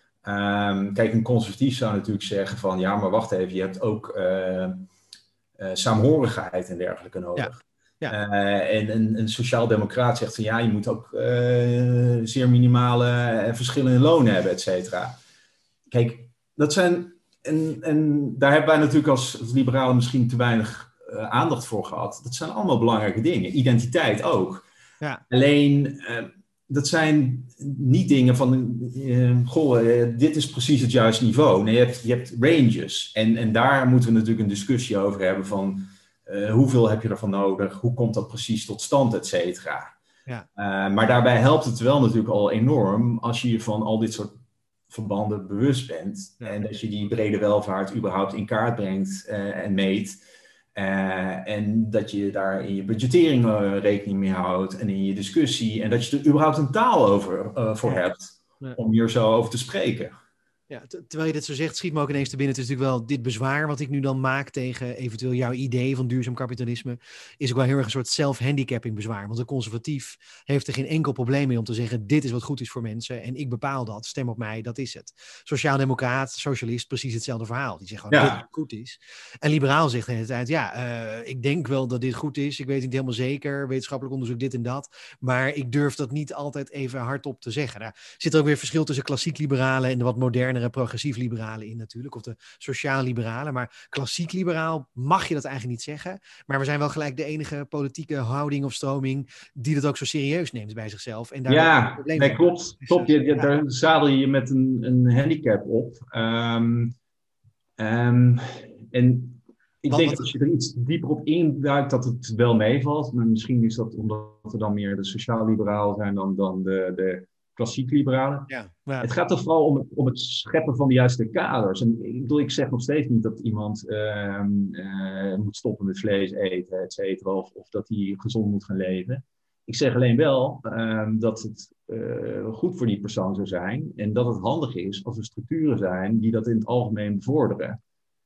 Um, kijk, een conservatief zou natuurlijk zeggen van, ja, maar wacht even, je hebt ook uh, uh, saamhorigheid en dergelijke nodig. Ja. Ja. Uh, en een, een sociaal-democraat zegt van ja, je moet ook uh, zeer minimale uh, verschillen in loon hebben, et cetera. Kijk, dat zijn, en, en daar hebben wij natuurlijk als, als liberalen misschien te weinig uh, aandacht voor gehad. Dat zijn allemaal belangrijke dingen. Identiteit ook. Ja. Alleen, uh, dat zijn niet dingen van, uh, goh, uh, dit is precies het juiste niveau. Nee, je hebt, je hebt ranges. En, en daar moeten we natuurlijk een discussie over hebben van, Uh, hoeveel heb je ervan nodig? Hoe komt dat precies tot stand, et cetera? Ja. Uh, maar daarbij helpt het wel natuurlijk al enorm als je je van al dit soort verbanden bewust bent. Ja. En dat je die brede welvaart überhaupt in kaart brengt uh, en meet. Uh, en dat je daar in je budgettering uh, rekening mee houdt en in je discussie. En dat je er überhaupt een taal over, uh, voor ja. hebt ja. om hier zo over te spreken. Ja, t- terwijl je dit zo zegt, schiet me ook ineens te binnen. Het is natuurlijk wel dit bezwaar wat ik nu dan maak tegen eventueel jouw idee van duurzaam kapitalisme, is ook wel heel erg een soort self-handicapping bezwaar. Want een conservatief heeft er geen enkel probleem mee om te zeggen, dit is wat goed is voor mensen en ik bepaal dat, stem op mij, dat is het. Sociaal-democraat, socialist, precies hetzelfde verhaal. Die zegt gewoon, ja. dit goed is. En liberaal zegt de hele tijd, ja, uh, ik denk wel dat dit goed is, ik weet het niet helemaal zeker, wetenschappelijk onderzoek dit en dat, maar ik durf dat niet altijd even hardop te zeggen. Daar zit er ook weer verschil tussen klassiek liberalen en de wat moderne progressief liberalen in natuurlijk, of de sociaal liberalen, maar klassiek liberaal mag je dat eigenlijk niet zeggen, maar we zijn wel gelijk de enige politieke houding of stroming die dat ook zo serieus neemt bij zichzelf. En daar ja, nee, klopt. klopt. Je, je, ja. Daar zadel je je met een, een handicap op. Um, um, en ik wat, denk dat als je er iets dieper op induikt, dat het wel meevalt, maar misschien is dat omdat we dan meer de sociaal-liberaal zijn dan, dan de, de klassiek liberalen. Ja, ja. Het gaat er vooral om het, om het scheppen van de juiste kaders. En ik bedoel, ik zeg nog steeds niet dat iemand uh, uh, moet stoppen met vlees eten, et cetera, of, of dat hij gezond moet gaan leven. Ik zeg alleen wel uh, dat het uh, goed voor die persoon zou zijn en dat het handig is als er structuren zijn die dat in het algemeen bevorderen.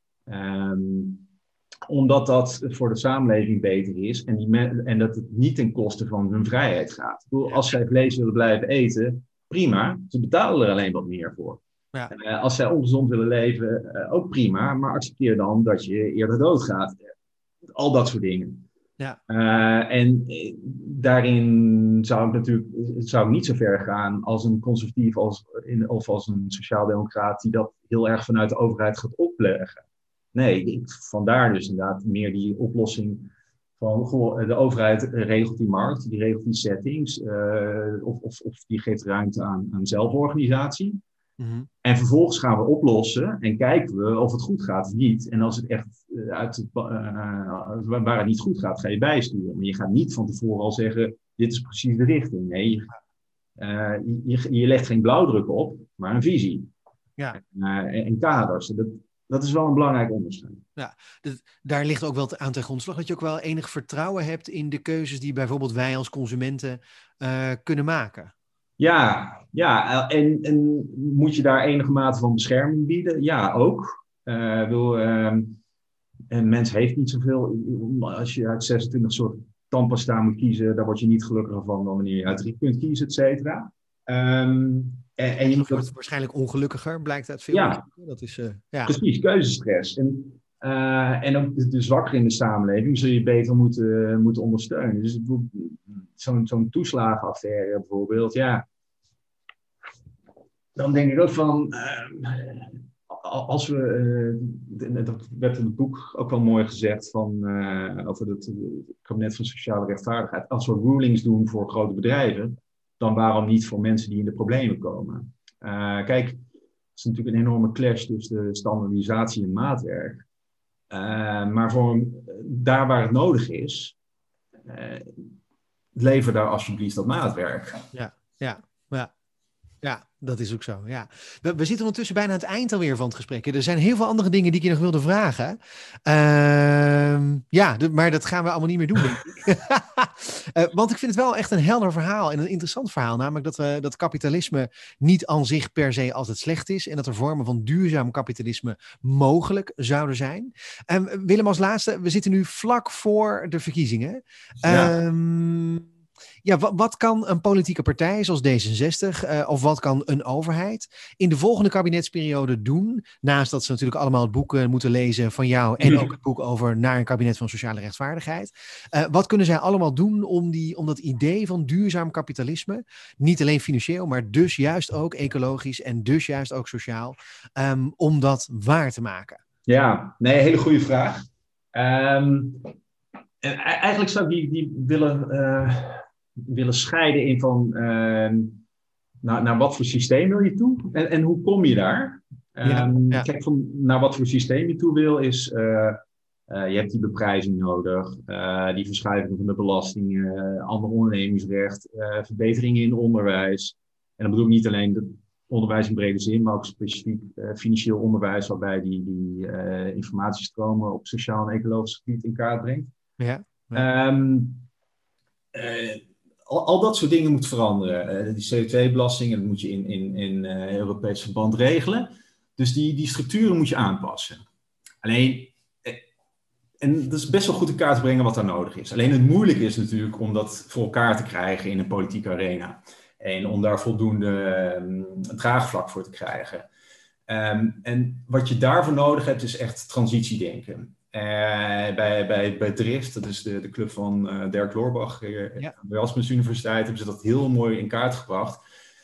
Um, omdat dat voor de samenleving beter is en, die me- en dat het niet ten koste van hun vrijheid gaat. Ik bedoel, als zij vlees willen blijven eten, prima. Ze betalen er alleen wat meer voor. Ja. En, uh, als zij ongezond willen leven, uh, ook prima. Maar accepteer dan dat je eerder doodgaat. Al dat soort dingen. Ja. Uh, en uh, daarin zou ik natuurlijk zou ik niet zo ver gaan als een conservatief als in, of als een sociaaldemocraat die dat heel erg vanuit de overheid gaat opleggen. Nee, ik, vandaar dus inderdaad meer die oplossing van goh, de overheid regelt die markt, die regelt die settings, uh, of, of, of die geeft ruimte aan, aan zelforganisatie. Mm-hmm. En vervolgens gaan we oplossen en kijken we of het goed gaat of niet. En als het echt uh, uit het, uh, waar het niet goed gaat, ga je bijsturen. Maar je gaat niet van tevoren al zeggen, dit is precies de richting. Nee, je, uh, je, je legt geen blauwdruk op, maar een visie. Ja. Uh, en, en kaders. Dat, Dat is wel een belangrijk onderscheid. Ja, dus daar ligt ook wel aan ten grondslag dat je ook wel enig vertrouwen hebt in de keuzes die bijvoorbeeld wij als consumenten uh, kunnen maken. Ja, ja en, en moet je daar enige mate van bescherming bieden? Ja, ook. Uh, wil, uh, een mens heeft niet zoveel. Als je uit zesentwintig soorten tandpasta moet kiezen, daar word je niet gelukkiger van dan wanneer je uit drie kunt kiezen, et cetera. Um, En, en je moet wordt waarschijnlijk ongelukkiger, blijkt uit veel. Ja, dat is, uh, ja. precies, keuzestress. En, uh, en ook de, de zwakkeren in de samenleving zul je beter moeten, moeten ondersteunen. Dus zo'n, zo'n toeslagenaffaire bijvoorbeeld, ja. Dan denk ik ook van, uh, als we, uh, dat werd in het boek ook wel mooi gezegd, van, uh, over het kabinet van sociale rechtvaardigheid. Als we rulings doen voor grote bedrijven, dan waarom niet voor mensen die in de problemen komen. Uh, kijk, het is natuurlijk een enorme clash tussen de standaardisatie en maatwerk. Uh, maar voor daar waar het nodig is, uh, lever daar alsjeblieft dat maatwerk. Ja, ja, ja. Ja, dat is ook zo. Ja. We, we zitten ondertussen bijna aan het eind alweer van het gesprek. Er zijn heel veel andere dingen die ik je nog wilde vragen. Uh, ja, de, maar dat gaan we allemaal niet meer doen, denk ik. uh, want ik vind het wel echt een helder verhaal en een interessant verhaal. Namelijk dat, uh, dat kapitalisme niet aan zich per se altijd slecht is. En dat er vormen van duurzaam kapitalisme mogelijk zouden zijn. Uh, Willem, als laatste, we zitten nu vlak voor de verkiezingen. Ja. Uh, Ja, wat, wat kan een politieke partij zoals D zesenzestig uh, of wat kan een overheid in de volgende kabinetsperiode doen? Naast dat ze natuurlijk allemaal het boek uh, moeten lezen van jou en ook het boek over naar een kabinet van sociale rechtvaardigheid. Uh, wat kunnen zij allemaal doen om, die, om dat idee van duurzaam kapitalisme, niet alleen financieel, maar dus juist ook ecologisch en dus juist ook sociaal, um, om dat waar te maken? Ja, nee, hele goede vraag. Um, en eigenlijk zou ik die, die willen... Uh... willen scheiden in van uh, naar, naar wat voor systeem wil je toe en, en hoe kom je daar? Ja, um, ja. Kijk, van naar wat voor systeem je toe wil is, uh, uh, je hebt die beprijzing nodig, uh, die verschuiving van de belastingen, uh, ander ondernemingsrecht, uh, verbeteringen in onderwijs. En dat bedoel ik niet alleen het onderwijs in brede zin, maar ook specifiek uh, financieel onderwijs, waarbij die, die uh, informatiestromen op sociaal en ecologisch gebied in kaart brengt. Ja, ja. Um, uh, Al, al dat soort dingen moet veranderen. Uh, die C O twee belasting, dat moet je in, in, in uh, Europees verband regelen. Dus die, die structuren moet je aanpassen. Alleen, uh, en dat is best wel goed in kaart te brengen wat daar nodig is. Alleen het moeilijke is natuurlijk om dat voor elkaar te krijgen in een politieke arena. En om daar voldoende um, draagvlak voor te krijgen. Um, en wat je daarvoor nodig hebt is echt transitiedenken. Uh, bij, bij, bij Drift, dat is de, de club van uh, Dirk Loorbach, uh, ja. de Erasmus Universiteit, hebben ze dat heel mooi in kaart gebracht.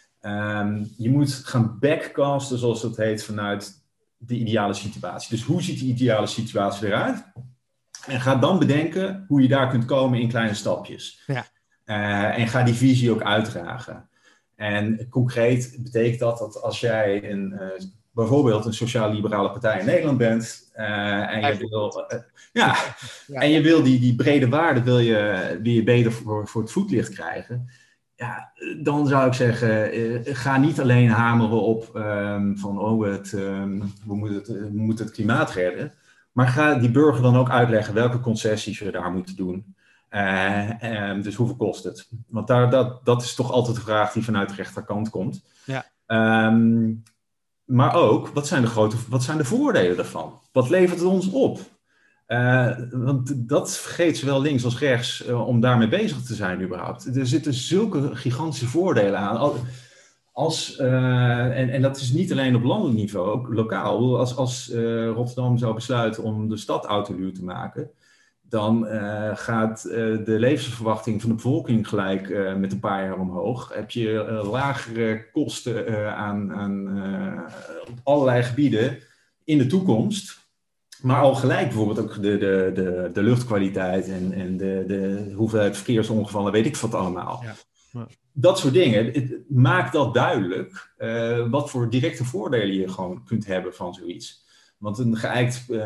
Um, je moet gaan backcasten, zoals dat heet, vanuit de ideale situatie. Dus hoe ziet die ideale situatie eruit? En ga dan bedenken hoe je daar kunt komen in kleine stapjes. Ja. Uh, en ga die visie ook uitdragen. En concreet betekent dat dat als jij een... Uh, bijvoorbeeld een sociaal-liberale partij in Nederland bent uh, en, je wil, uh, ja, ja. en je wil die, die brede waarden wil je, wil je beter voor, voor het voetlicht krijgen, ja, dan zou ik zeggen, uh, ga niet alleen hameren op um, van oh, het, um, we, moeten het, we moeten het klimaat redden, maar ga die burger dan ook uitleggen welke concessies we daar moeten doen. Uh, um, dus hoeveel kost het? Want daar, dat, dat is toch altijd de vraag die vanuit de rechterkant komt. Ja. Um, Maar ook, wat zijn de grote, wat zijn de voordelen daarvan? Wat levert het ons op? Uh, want dat vergeet zowel links als rechts uh, om daarmee bezig te zijn überhaupt. Er zitten zulke gigantische voordelen aan. Als, uh, en, en dat is niet alleen op landelijk niveau, ook lokaal. Als, als uh, Rotterdam zou besluiten om de stad autoluw te maken, dan uh, gaat uh, de levensverwachting van de bevolking gelijk uh, met een paar jaar omhoog. Heb je uh, lagere kosten uh, aan, aan uh, op allerlei gebieden in de toekomst. Maar al gelijk bijvoorbeeld ook de, de, de, de luchtkwaliteit en, en de, de hoeveelheid verkeersongevallen, weet ik wat allemaal. Ja. Ja. Dat soort dingen. Het, maakt dat duidelijk uh, wat voor directe voordelen je gewoon kunt hebben van zoiets. Want een geëikt, uh,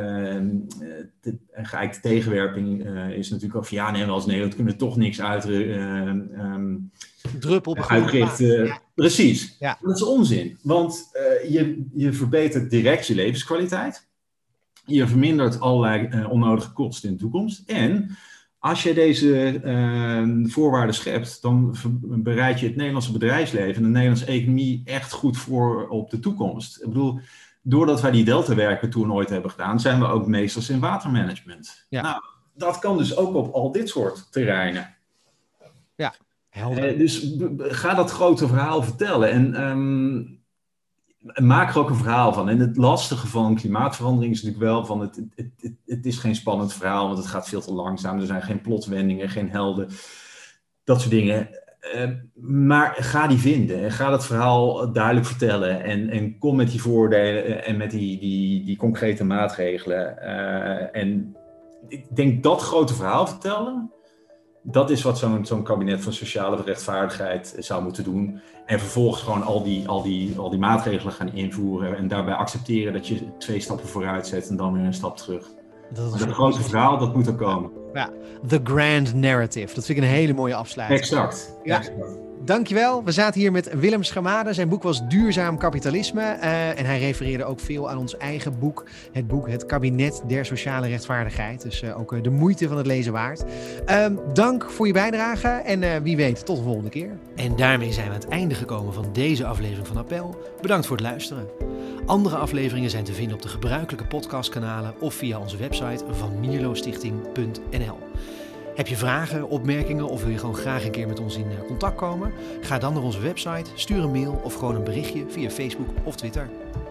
te, een geëikte tegenwerping uh, is natuurlijk al van ja, nee, we als Nederland kunnen toch niks uit, uh, um, druppel op een uitrichten. Ja. Precies. Ja. Dat is onzin. Want uh, je, je verbetert direct je levenskwaliteit. Je vermindert allerlei uh, onnodige kosten in de toekomst. En als je deze uh, voorwaarden schept, dan bereid je het Nederlandse bedrijfsleven en de Nederlandse economie echt goed voor op de toekomst. Ik bedoel, doordat wij die deltawerken toen ooit hebben gedaan, zijn we ook meesters in watermanagement. Ja. Nou, dat kan dus ook op al dit soort terreinen. Ja, helder. Uh, dus ga dat grote verhaal vertellen en um, maak er ook een verhaal van. En het lastige van klimaatverandering is natuurlijk wel van het, het, het, het is geen spannend verhaal, want het gaat veel te langzaam. Er zijn geen plotwendingen, geen helden, dat soort dingen. Uh, maar ga die vinden en ga dat verhaal duidelijk vertellen en, en kom met die voordelen en met die, die, die concrete maatregelen. Uh, en ik denk dat grote verhaal vertellen, dat is wat zo'n, zo'n kabinet van sociale rechtvaardigheid zou moeten doen. En vervolgens gewoon al die, al, die, al die maatregelen gaan invoeren en daarbij accepteren dat je twee stappen vooruit zet en dan weer een stap terug. Dat, dat grote verhaal, dat moet er komen. Ja, the grand narrative. Dat vind ik een hele mooie afsluiting. Exact. Ja. exact. Dankjewel. We zaten hier met Willem Schamade. Zijn boek was Duurzaam Kapitalisme. Uh, en hij refereerde ook veel aan ons eigen boek. Het boek Het Kabinet der Sociale Rechtvaardigheid. Dus uh, ook uh, de moeite van het lezen waard. Uh, dank voor je bijdrage. En uh, wie weet, tot de volgende keer. En daarmee zijn we aan het einde gekomen van deze aflevering van Appel. Bedankt voor het luisteren. Andere afleveringen zijn te vinden op de gebruikelijke podcastkanalen of via onze website van mierlo stichting punt n l. Heb je vragen, opmerkingen of wil je gewoon graag een keer met ons in contact komen? Ga dan naar onze website, stuur een mail of gewoon een berichtje via Facebook of Twitter.